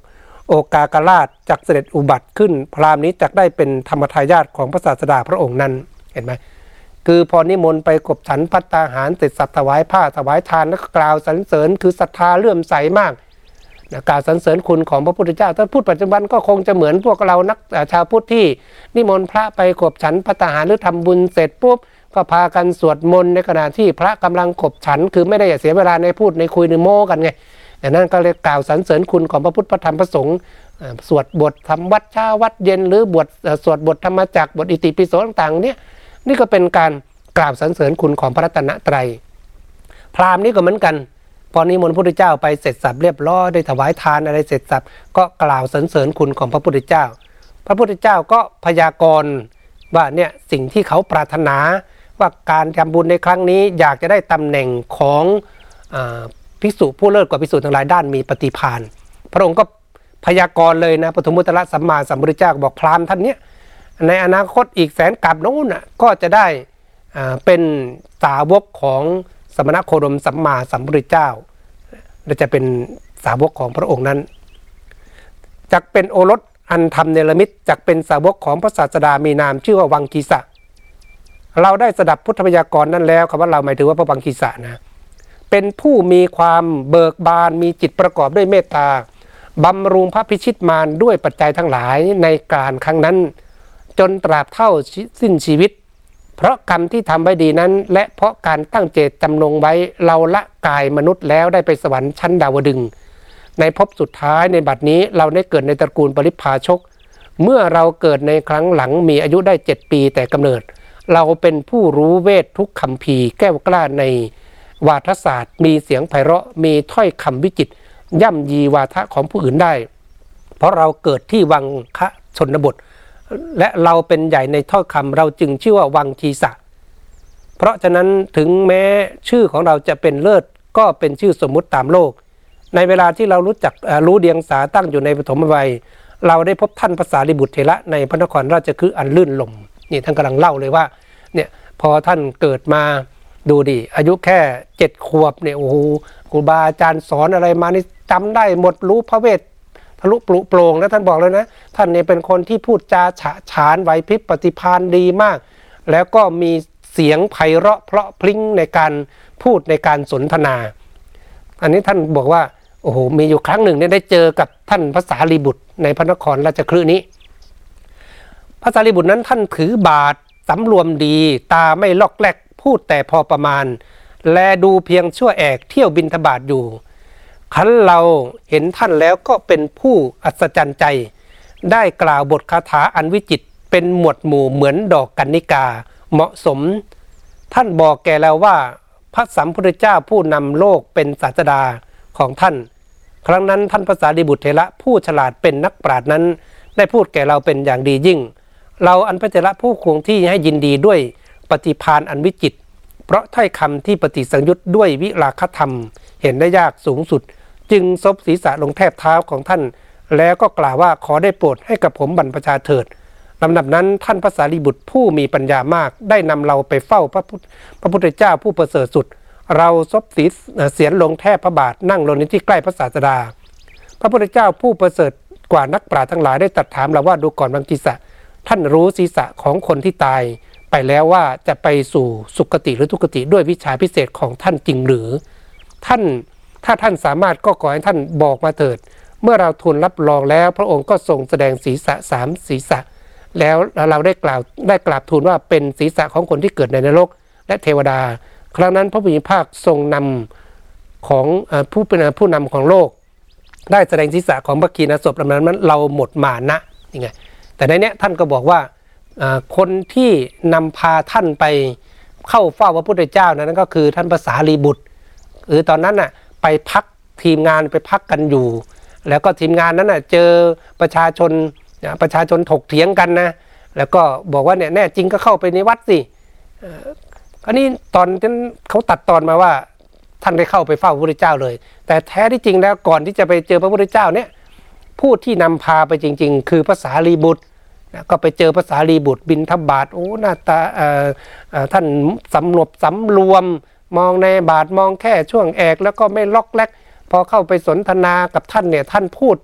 โอกากราชจักเสด็จอุบัติขึ้นพราหมณ์นี้จักได้เป็นธรรมทายาทของพระศาสดาพระองค์นั้นเห็นไหมคือพอนิมนต์ไปกบฉันภัตตาหารเสร็จสับถวายผ้าถวายทานแล้วกล่าวสรรเสริญคือศรัทธาเลื่อมใสมากกล่าวสรรเสริญคุณของพระพุทธเจ้าถ้าพูดปัจจุบันก็คงจะเหมือนพวกเรานักชาวพุทธที่นิมนต์พระไปกบฉันภัตตาหารหรือทำบุญเสร็จปุ๊บก็พากันสวดมนต์ในขณะที่พระกำลังกบฉันคือไม่ได้เสียเวลาในพูดในคุยในโม้กันไงแต่นั่นก็เลยกล่าวสรรเสริญคุณของพระพุทธพระธรรมพระสงฆ์สวดบททำวัดเช้าวัดเย็นหรือบทสวดบทธรรมจักรบทอิติปิโสต่างๆเนี่ยนี่ก็เป็นการกล่าวสรรเสริญคุณของพระรัตนตรัยพราหมณ์นี่ก็เหมือนกันพอนิมนต์พระพุทธเจ้าไปเสร็จสับเรียบร้อยได้ถวายทานอะไรเสร็จสับก็กล่าวสรรเสริญคุณของพระพุทธเจ้าพระพุทธเจ้าก็พยากรณ์ว่าเนี่ยสิ่งที่เขาปรารถนาว่าการทำบุญในครั้งนี้อยากจะได้ตำแหน่งของภิกษุผู้เลิศกว่าภิกษุทั้งหลายด้านมีปฏิภาณพระองค์ก็พยากรณ์เลยนะปฐมุตตรสัมมาสัมพุทธเจ้าบอกพราหมณ์ท่านเนี้ยในอนาคตอีกแสนกับโน้นก็จะได้เป็นสาวกของสมณโคดมสัมมาสัมพุทธเจ้าและจะเป็นสาวกของพระองค์นั้นจักเป็นโอรสอันธรรมเนรมิตจักเป็นสาวกของพระศาสดามีนามชื่อว่าวังคีสะเราได้สดับพุทธพยากรณ์นั้นแล้วคำว่าเราหมายถึงว่าพระวังคีสะนะเป็นผู้มีความเบิกบานมีจิตประกอบด้วยเมตตาบำรุงพระพิชิตมารด้วยปัจจัยทั้งหลายในการครั้งนั้นจนตราบเท่าสิ้นชีวิตเพราะกรรมที่ทำไว้ดีนั้นและเพราะการตั้งเจตจำนงไว้เราละกายมนุษย์แล้วได้ไปสวรรค์ชั้นดาวดึงส์ในภพสุดท้ายในบัดนี้เราได้เกิดในตระกูลปริพาชกเมื่อเราเกิดในครั้งหลังมีอายุได้7 ปีแต่กำเนิดเราเป็นผู้รู้เวททุกคัมภีร์แก้วกล้าในวาทศาสตร์มีเสียงไพเราะมีถ้อยคำวิจิตรย่ำยีวาทะของผู้อื่นได้เพราะเราเกิดที่วังคะชนบทและเราเป็นใหญ่ในถ้อยคำเราจึงชื่อว่าวังคีสะเพราะฉะนั้นถึงแม้ชื่อของเราจะเป็นเลิศก็เป็นชื่อสมมุติตามโลกในเวลาที่เรารู้เดียงสาตั้งอยู่ในปฐมวัยเราได้พบท่านพระสารีบุตรเถระในพระนครราชคฤห์อันลื่นลมนี่ท่านกำลังเล่าเลยว่าเนี่ยพอท่านเกิดมาดูดิอายุแค่7 ขวบเนี่ยโอ้โหครูบาอาจารย์สอนอะไรมานี่จำได้หมดรู้พระเวททะลุปลุโปร่งแล้วท่านบอกเลยนะท่านเนี่ยเป็นคนที่พูดจาฉะฉานไหวพริบปฏิภาณดีมากแล้วก็มีเสียงไพเราะเพราะพลิ้งในการพูดในการสนทนาอันนี้ท่านบอกว่าโอ้โหมีอยู่ครั้งหนึ่งเนี่ยได้เจอกับท่านพระสารีบุตรในพระนครราชคฤห์นี้พระสารีบุตรนั้นท่านถือบาตรสำรวมดีตาไม่ลอกแลกพูดแต่พอประมาณแลดูเพียงชั่วแอกเที่ยวบิณฑบาตอยู่คันเราเห็นท่านแล้วก็เป็นผู้อัศจรรย์ใจได้กล่าวบทคาถาอันวิจิตรเป็นหมวดหมู่เหมือนดอกกันนิกาเหมาะสมท่านบอกแก่เราว่าพระสัมพุทธเจ้าผู้นำโลกเป็นศาสดาของท่านครั้งนั้นท่านพระสารีบุตรเถระผู้ฉลาดเป็นนักปราชญ์นั้นได้พูดแก่เราเป็นอย่างดียิ่งเราอันพระเถระผู้คงที่ให้ยินดีด้วยปฏิภาณอันวิจิตรเพราะถ้อยคำที่ปฏิสังยุตด้วยวิราคธรรมเห็นได้ยากสูงสุดจึงซบศีรษะลงแทบเท้าของท่านแล้วก็กล่าวว่าขอได้โปรดให้กับผมบรรพชาเถิดลำดับนั้นท่านพระสารีบุตรผู้มีปัญญามากได้นำเราไปเฝ้าพระพุทธเจ้าผู้ประเสริฐสุดเราซบศีรเสียนลงแทบพระบาทนั่งลงในที่ใกล้พระศาสดาพระพุทธเจ้าผู้ประเสริฐกว่านักปราชญ์ทั้งหลายได้ตรัสถามเราว่าดูก่อนวังคีสะท่านรู้ศีรษะของคนที่ตายไปแล้วว่าจะไปสู่สุคติหรือทุกติด้วยวิชาพิเศษของท่านจริงหรือท่านถ้าท่านสามารถก็ขอให้ท่านบอกมาเถิดเมื่อเราทูลรับรองแล้วพระองค์ก็ทรงแสดงศีรษะ3 ศีรษะแล้วเราได้กราบทูลว่าเป็นศีรษะของคนที่เกิดในนรกและเทวดาครั้งนั้นพระผู้มีพระภาคทรงนำของผู้นำของโลกได้แสดงศีรษะของพระคีณศพลำนั้นเราหมดมานะนี่ไงแต่ในนี้ท่านก็บอกว่าคนที่นำพาท่านไปเข้าเฝ้าพระพุทธเจ้านั้นก็คือท่านพระสารีบุตรคือตอนนั้นน่ะไปพักทีมงานไปพักกันอยู่แล้วก็ทีมงานนั้นน่ะเจอประชาชนถกเถียงกันนะแล้วก็บอกว่าเนี่ยแน่จริงก็เข้าไปในวัดสิอันนี้ตอนนั้นเขาตัดตอนมาว่าท่านได้เข้าไปเฝ้าพระพุทธเจ้าเลยแต่แท้ที่จริงแล้วก่อนที่จะไปเจอพระพุทธเจ้าเนี่ยผู้ที่นำพาไปจริงๆคือพระสารีบุตรก็ไปเจอพระสารีบุตรบิณฑบาตโอ้หน้าตาท่านสำรวมมองในบาทมองแค่ช่วงแอกแล้วก็ไม่ล็อกแลกพอเข้าไปสนทนากับท่านเนี่ยท่านพูด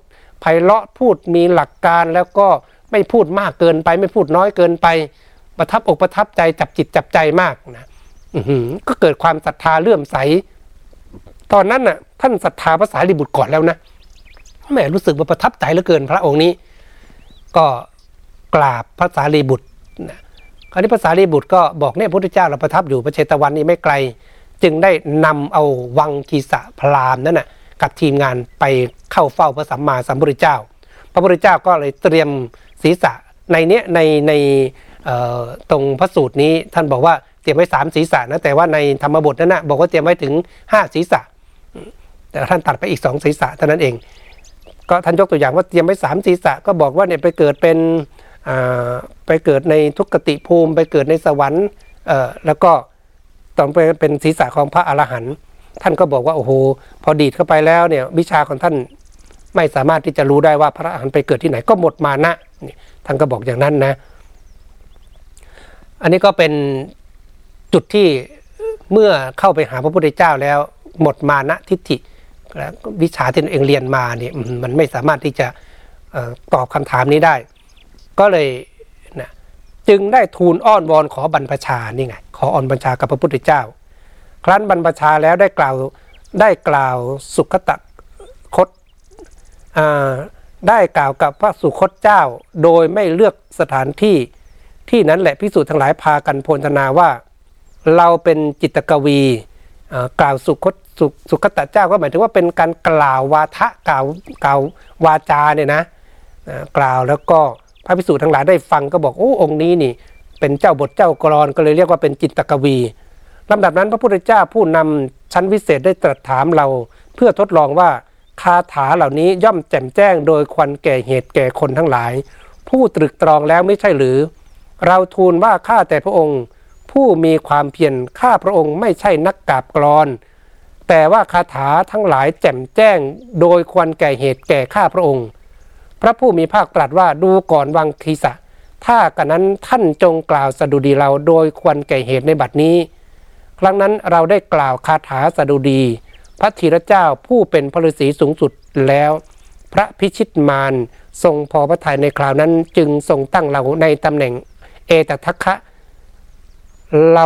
ไพเราะพูดมีหลักการแล้วก็ไม่พูดมากเกินไปไม่พูดน้อยเกินไปประทับอกประทับใจจับจิตจับใจมากนะก็เกิดความศรัทธาเลื่อมใสตอนนั้นน่ะท่านศรัทธาพระสารีบุตรก่อนแล้วนะแม่รู้สึกว่าประทับใจเหลือเกินพระองค์นี้ก็กราบพระสารีบุตรนะคราวนี้พระสารีบุตรก็บอกเนี่ยพระพุทธเจ้าเราประทับอยู่พระเชตวันนี้ไม่ไกลจึงได้นำเอาวังคีสะพราหมณ์นั้นน่ะกับทีมงานไปเข้าเฝ้าพระสัมมาสัมพุทธเจ้าพระพุทธเจ้าก็เลยเตรียมศีรษะในตรงพระสูตรนี้ท่านบอกว่าเตรียมไว้3ศีรษะนะแต่ว่าในธรรมบทนั้นนะบอกว่าเตรียมไว้ถึง5ศีรษะแต่ท่านตัดไปอีก2ศีรษะเท่านั้นเองก็ท่านยกตัวอย่างว่าเตรียมไว้3ศีรษะก็บอกว่าเนี่ยไปเกิดเป็นไปเกิดในทุกขติภูมิไปเกิดในสวรรค์แล้วก็ต้องเป็นศีรษะของพระอรหันต์ท่านก็บอกว่าโอ้โหพอดีดเข้าไปแล้วเนี่ยวิชาของท่านไม่สามารถที่จะรู้ได้ว่าพระอรหันต์ไปเกิดที่ไหนก็หมดมานะท่านก็บอกอย่างนั้นนะอันนี้ก็เป็นจุดที่เมื่อเข้าไปหาพระพุทธเจ้าแล้วหมดมานะทิฏฐิวิชาที่ตนเองเรียนมาเนี่ยมันไม่สามารถที่จะตอบคำถามนี้ได้ก็เลยนะจึงได้ทูลอ้อนวอนขอบรรพชานี่ไงขออ้อนบรรพชากับพระพุทธเจ้าครั้นบรรพชาแล้วได้กล่าวสุขตคตได้กล่าวกับพระสุคตเจ้าโดยไม่เลือกสถานที่นั้นแหละภิกษุทั้งหลายพากันโพลธนาว่าเราเป็นจิตรกวีกล่าวสุคตเจ้าก็หมายถึงว่าเป็นการกล่าววาทะกล่าววาจาเนี่ยนะกล่าวแล้วก็พระภิกษุทั้งหลายได้ฟังก็บอกโอ้องค์นี้นี่เป็นเจ้าบทเจ้ากลอนก็เลยเรียกว่าเป็นจิตรกวีลำดับนั้นพระพุทธเจ้าผู้นำชั้นวิเศษได้ตรัสถามเราเพื่อทดลองว่าคาถาเหล่านี้ย่อมแจ่มแจ้งโดยควรแก่เหตุแก่คนทั้งหลายผู้ตรึกตรองแล้วไม่ใช่หรือเราทูลว่าข้าแต่พระองค์ผู้มีความเพียรข้าพระองค์ไม่ใช่นักกาบกลอนแต่ว่าคาถาทั้งหลายแจ่มแจ้งโดยควรแก่เหตุแก่ข้าพระองค์พระผู้มีภาคตรัสว่าดูก่อนวังคีสะถ้ากะนั้นท่านจงกล่าวสดุดีเราโดยควรแก่เหตุในบัดนี้ครั้งนั้นเราได้กล่าวคาถาสดุดีพระธีรเจ้าผู้เป็นพระฤาษีสูงสุดแล้วพระพิชิตมารทรงพอพระทัยในคราวนั้นจึงทรงตั้งเราในตำแหน่งเอตทัคคะเรา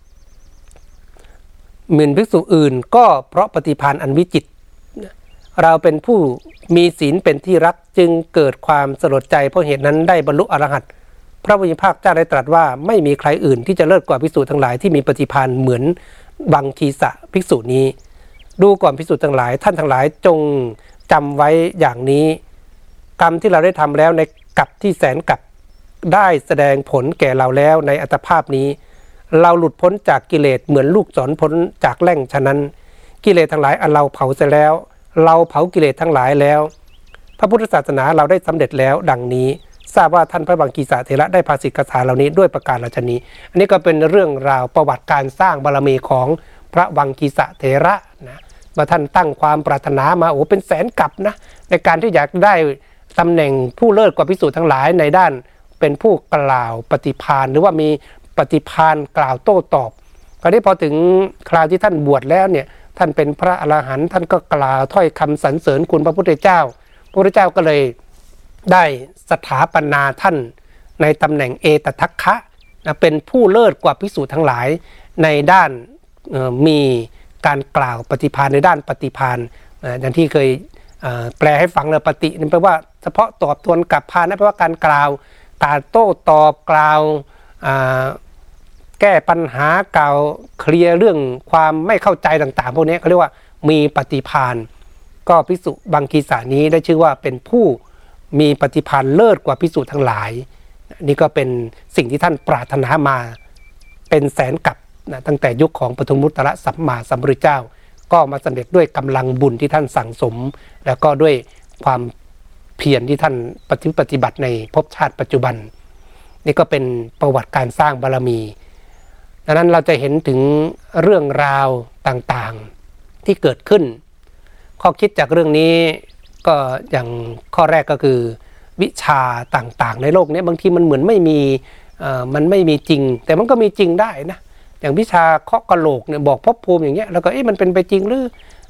หมื่นภิกษุอื่นก็เพราะปฏิภาณอันวิจิตรเราเป็นผู้มีศีลเป็นที่รักจึงเกิดความสลดใจเพราะเหตุนั้นได้บรรลุอรหัตพระผู้มีพระภาคเจ้าได้ตรัสว่าไม่มีใครอื่นที่จะเลิศกว่าภิกษุทั้งหลายที่มีปฏิภาณเหมือนวังคีสะภิกษุนี้ดูก่อนภิกษุทั้งหลายท่านทั้งหลายจงจำไว้อย่างนี้กรรมที่เราได้ทำแล้วในกัปที่แสนกัปได้แสดงผลแก่เราแล้วในอัตภาพนี้เราหลุดพ้นจากกิเลสเหมือนลูกศรพ้นจากแหล่งฉะนั้นกิเลสทั้งหลายอันเราเผาเสร็จแล้วเราเผากิเลสทั้งหลายแล้วพระพุทธศาสนาเราได้สำเร็จแล้วดังนี้ทราบว่าท่านพระวังคีสะเถระได้ภาสิทธิคาถาเหล่านี้ด้วยประการราชนีอันนี้ก็เป็นเรื่องราวประวัติการสร้างบารมีของพระวังคีสะเถระนะว่าท่านตั้งความปรารถนามาโอ้เป็นแสนกัปนะในการที่อยากได้ตำแหน่งผู้เลิศกว่าภิกษุทั้งหลายในด้านเป็นผู้กล่าวปฏิภาณหรือว่ามีปฏิภาณกล่าวโต้ตอบคราวนี้พอถึงคราวที่ท่านบวชแล้วเนี่ยท่านเป็นพระอรหันต์ท่านก็กล่าวถ้อยคำสรรเสริญคุณพระพุทธเจ้าพระพุทธเจ้าก็เลยได้สถาปนาท่านในตำแหน่งเอตทัคคะเป็นผู้เลิศกว่าภิกษุทั้งหลายในด้านมีการกล่าวปฏิภาณในด้านปฏิภาณอย่างที่เคยแปลให้ฟังเลยปฏินี่แปลว่าเฉพาะตอบทวนกับภาณนะแปลว่าการกล่าวการโต้ตอบกล่าวแก้ปัญหากล่าวเคลียร์เรื่องความไม่เข้าใจต่างๆพวกนี้เขาเรียกว่ามีปฏิภาณก็ภิกษุวังคีสะนี้ได้ชื่อว่าเป็นผู้มีปฏิภาณเลิศกว่าภิกษุทั้งหลายนี่ก็เป็นสิ่งที่ท่านปรารถนามาเป็นแสนกัปนะตั้งแต่ยุคของปฐมุตตรสัมมาสัมพุทธเจ้าก็มาสำเร็จด้วยกำลังบุญที่ท่านสั่งสมแล้วก็ด้วยความเพียรที่ท่านปฏิบัติในภพชาติปัจจุบันนี่ก็เป็นประวัติการสร้างบารมีดังนั้นเราจะเห็นถึงเรื่องราวต่างๆที่เกิดขึ้นข้อคิดจากเรื่องนี้ก็อย่างข้อแรกก็คือวิชาต่างๆในโลกนี้บางทีมันเหมือนไม่มีจริงแต่มันก็มีจริงได้นะอย่างวิชาเคาะกะโหลกเนี่ยบอกภพภูมิอย่างเงี้ยแล้วก็มันเป็นไปจริงหรือ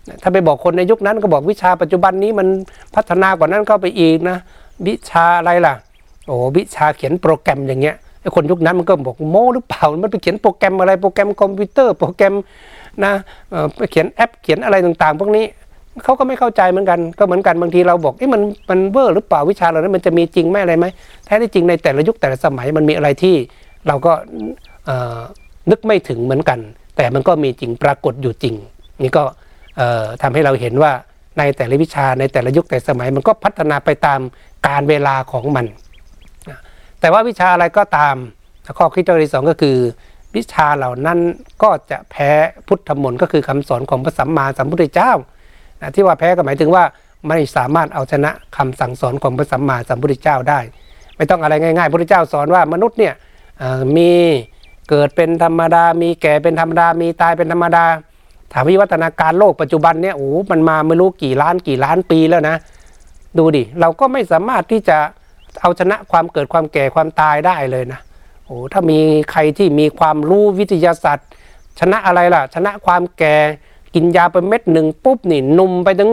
ถ้าไปบอกคนในยุคนั้นก็บอกวิชาปัจจุบันนี้มันพัฒนากว่านั้นเข้าไปอีกนะวิชาอะไรล่ะโอ้วิชาเขียนโปรแกรมอย่างเงี้ยไอ้คนยุคนั้นมันก็บอกโม้หรือเปล่ามันไปเขียนโปรแกรมอะไรโปรแกรมคอมพิวเตอร์โปรแกรมนะไปเขียนแอปเขียนอะไรต่างๆพวกนี้เขาก็ไม่เข้าใจเหมือนกันก็เหมือนกันบางทีเราบอกมันเวอร์หรือเปล่าวิชาเหล่านั้นมันจะมีจริงไหมอะไรไหมแท้ที่จริงในแต่ละยุคแต่ละสมัยมันมีอะไรที่เราก็นึกไม่ถึงเหมือนกันแต่มันก็มีจริงปรากฏอยู่จริงนี่ก็ทำให้เราเห็นว่าในแต่ละวิชาในแต่ละยุคแต่สมัยมันก็พัฒนาไปตามการเวลาของมันแต่ว่าวิชาอะไรก็ตามข้อคิดที่สองก็คือวิชาเหล่านั้นก็จะแพ้พุทธมนต์ก็คือคำสอนของพระสัมมาสัมพุทธเจ้าที่ว่าแพ้ก็หมายถึงว่าไม่สามารถเอาชนะคำสั่งสอนของพระสัมมาสัมพุทธเจ้าได้ไม่ต้องอะไรง่ายๆพระพุทธเจ้าสอนว่ามนุษย์เนี่ยมีเกิดเป็นธรรมดามีแก่เป็นธรรมดามีตายเป็นธรรมดาถามวิวัฒนาการโลกปัจจุบันเนี่ยโอ้มันมาไม่รู้กี่ล้านปีแล้วนะดูดิเราก็ไม่สามารถที่จะเอาชนะความเกิดความแก่ความตายได้เลยนะโอ้ถ้ามีใครที่มีความรู้วิทยาศาสตร์ชนะอะไรล่ะชนะความแก่กินยาไปเม็ดหนึ่งปุ๊บนี่หนุ่มไปถึง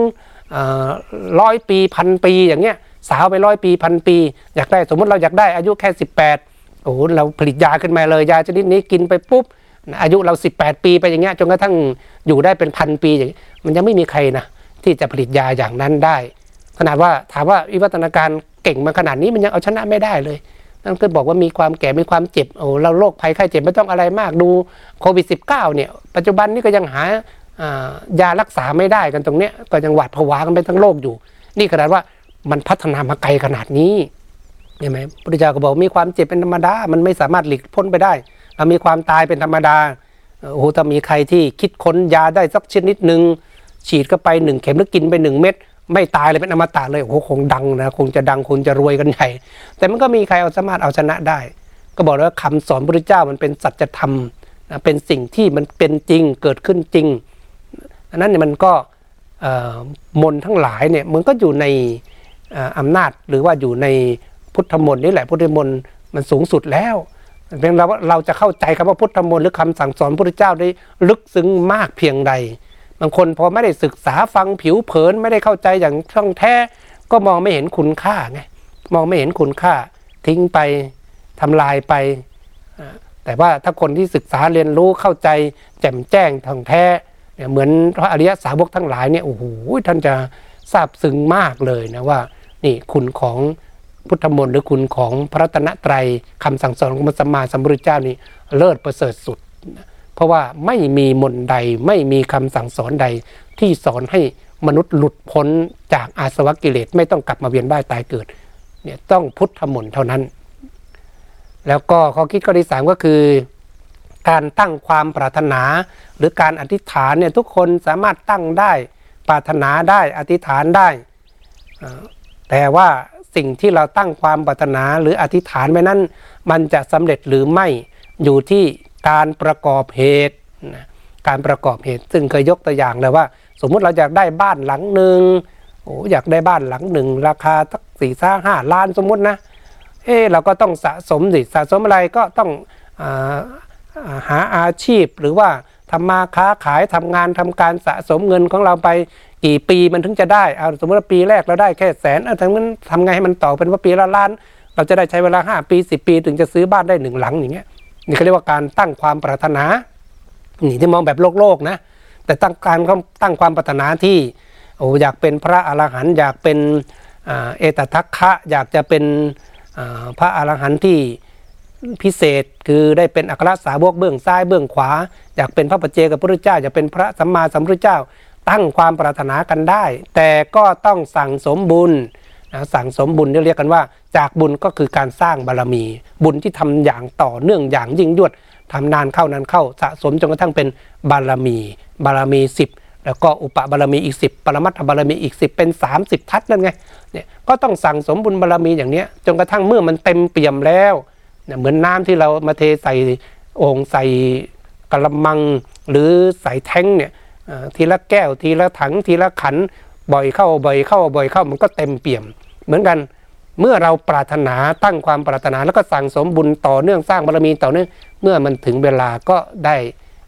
100 ปี1,000 ปีอย่างเงี้ยสาวไป100 ปี1,000 ปีอยากได้สมมติเราอยากได้อายุแค่18โอ้เราผลิตยาขึ้นมาเลยยาชนิดนี้กินไปปุ๊บอายุเรา18 ปีไปอย่างเงี้ยจนกระทั่งอยู่ได้เป็น1,000 ปีอย่างมันยังไม่มีใครนะที่จะผลิตยาอย่างนั้นได้ขนาดว่าถามว่าวิวัฒนาการเก่งมาขนาดนี้มันยังเอาชนะไม่ได้เลยนั่นก็บอกว่ามีความแก่มีความเจ็บโอ้เราโรคภัยไข้เจ็บไม่ต้องอะไรมากดูโควิด -19 เนี่ยปัจจุบันนี้ก็ยังหายารักษาไม่ได้กันตรงเนี้ยก็ยังหวาดผวากันไปทั้งโลกอยู่นี่ขนาดว่ามันพัฒนามาไกลขนาดนี้เห็นไหมพระพุทธเจ้าก็บอกมีความเจ็บเป็นธรรมดามันไม่สามารถหลีกพ้นไปได้เรามีความตายเป็นธรรมดาโอ้โหถ้ามีใครที่คิดค้นยาได้สักชนิดหนึ่งฉีดเข้าไป1 เข็มแล้วกินไป1 เม็ดไม่ตายเลยเป็นอมตะเลยโอ้โหคงดังนะคงจะดังคงจะรวยกันใหญ่แต่มันก็มีใครสามารถเอาชนะได้ก็บอกว่าคำสอนพระพุทธเจ้ามันเป็นสัจธรรมนะเป็นสิ่งที่มันเป็นจริงเกิดขึ้นจริงอันนั้นเนี่ยมันก็มนต์ทั้งหลายเนี่ยมันก็อยู่ในอำนาจหรือว่าอยู่ในพุทธมนต์นี่แหละพุทธมนต์มันสูงสุดแล้วเพียงเราจะเข้าใจคำว่าพุทธมนต์หรือคำสั่งสอนพระพุทธเจ้าได้ลึกซึ้งมากเพียงใดบางคนพอไม่ได้ศึกษาฟังผิวเผินไม่ได้เข้าใจอย่างท่องแท้ก็มองไม่เห็นคุณค่าไงมองไม่เห็นคุณค่าทิ้งไปทำลายไปแต่ว่าถ้าคนที่ศึกษาเรียนรู้เข้าใจแจ่มแจ้งท่องแท้เนี่ยเหมือนพระอริยสาวกทั้งหลายเนี่ยโอ้โหท่านจะซาบซึ้งมากเลยนะว่านี่คุณของพุทธมนต์หรือคุณของพระรัตนตรัยคำสั่งสอนของพระสัมมาสัมพุทธเจ้านี่เลิศประเสริฐสุดเพราะว่าไม่มีมนต์ใดไม่มีคำสั่งสอนใดที่สอนให้มนุษย์หลุดพ้นจากอาสวะกิเลสไม่ต้องกลับมาเวียนว่ายตายเกิดเนี่ยต้องพุทธมนต์เท่านั้นแล้วก็ข้อคิดข้อที่3ก็คือการตั้งความปรารถนาหรือการอธิษฐานเนี่ยทุกคนสามารถตั้งได้ปรารถนาได้อธิษฐานได้แต่ว่าสิ่งที่เราตั้งความปรารถนาหรืออธิษฐานไว้นั้นมันจะสำเร็จหรือไม่อยู่ที่การประกอบเหตุการประกอบเหตุซึ่งเคยยกตัวอย่างเลยว่าสมมุติเราอยากได้บ้านหลังหนึ่งอยากได้บ้านหลังหนึ่งราคาสัก4-5 ล้านสมมุตินะเราก็ต้องสะสมอะไรก็ต้องหาอาชีพหรือว่าทำมาค้าขายทำงานทำการสะสมเงินของเราไปกี่ปีมันถึงจะได้เอาสมมติว่าปีแรกเราได้แค่100,000ทั้งนั้นทำไงให้มันต่อเป็นว่าปีละล้านเราจะได้ใช้เวลา5 ปี10 ปีถึงจะซื้อบ้านได้1 หลังอย่างเงี้ยนี่เขาเรียกว่าการตั้งความปรารถนานี่ที่มองแบบโลกนะแต่ตั้งความปรารถนาที่อยากเป็นพระอรหันต์อยากเป็นเอตทัคคะอยากจะเป็นพระอรหันต์ที่พิเศษคือได้เป็นอัครสาวกเบื้องซ้ายเบื้องขวาอยากเป็นพระปัจเจกพุทธเจ้าอยากเป็นพระสัมมาสัมพุทธเจ้าตั้งความปรารถนากันได้แต่ก็ต้องสั่งสมบุญสั่งสมบุญที่เรียกกันว่าจากบุญก็คือการสร้างบารมีบุญที่ทำอย่างต่อเนื่องอย่างยิ่งยวดทำนานเข้สะสมจนกระทั่งเป็นบารมี10แล้วก็อุปบารมีอีก10ปรมัตถบารมีอีก10เป็น30ทัศนั่นไงเนี่ยก็ต้องสั่งสมบุญบารมีอย่างนี้จนกระทั่งเมื่อมันเต็มเปี่ยมแล้วเหมือนน้ำที่เรามาเทใส่โอ่งใส่กระมังหรือใส่แท้งเนี่ยทีละแก้วทีละถังทีละขันบ่อยเข้ามันก็เต็มเปี่ยมเหมือนกันเมื่อเราปรารถนาตั้งความปรารถนาแล้วก็สั่งสมบุญต่อเนื่องสร้างบารมีต่อเนื่องเมื่อมันถึงเวลาก็ได้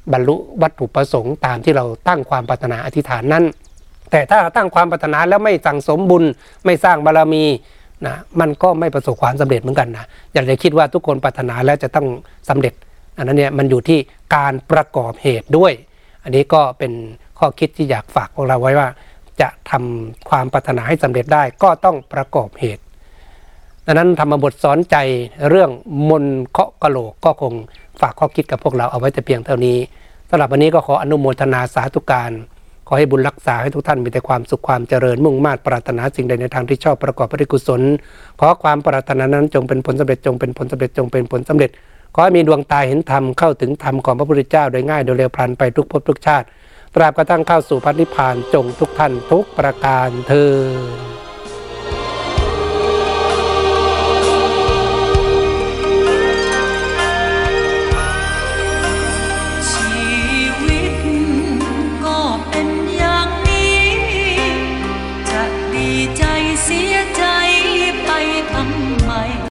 บรรลุวัตถุประสงค์ตามที่เราตั้งความปรารถนาอธิษฐานนั้นแต่ถ้าตั้งความปรารถนาแล้วไม่สั่งสมบุญไม่สร้างบารมีนะมันก็ไม่ประสบความสำเร็จเหมือนกันนะอย่าได้คิดว่าทุกคนปรารถนาแล้วจะต้องสำเร็จอันนั้นเนี่ยมันอยู่ที่การประกอบเหตุด้วยอันนี้ก็เป็นข้อคิดที่อยากฝากพวกเราไว้ว่าจะทำความปรารถนาให้สำเร็จได้ก็ต้องประกอบเหตุดังนั้นธรรมบทสอนใจเรื่องมนต์เคาะกะโหลกก็คงฝากข้อคิดกับพวกเราเอาไว้แต่เพียงเท่านี้สำหรับวันนี้ก็ขออนุโมทนาสาธุการขอให้บุญรักษาให้ทุกท่านมีแต่ความสุขความเจริญมุ่งมา่ปรารถนาสิ่งใดในทางที่ชอบประกอบพระกุศลขอความปรารถนานั้นจงเป็นผลสำเร็จจงเป็นผลสำเร็จจงเป็นผลสำเร็จขอให้มีดวงตาเห็นธรรมเข้าถึงธรรมของพระพุทธเจ้าโดยง่ายโดยเร็วพลันไปทุกภพทุกชาติตราบกระทั่งเข้าสู่พระนิพพานจงทุกท่านทุกประการเทอญ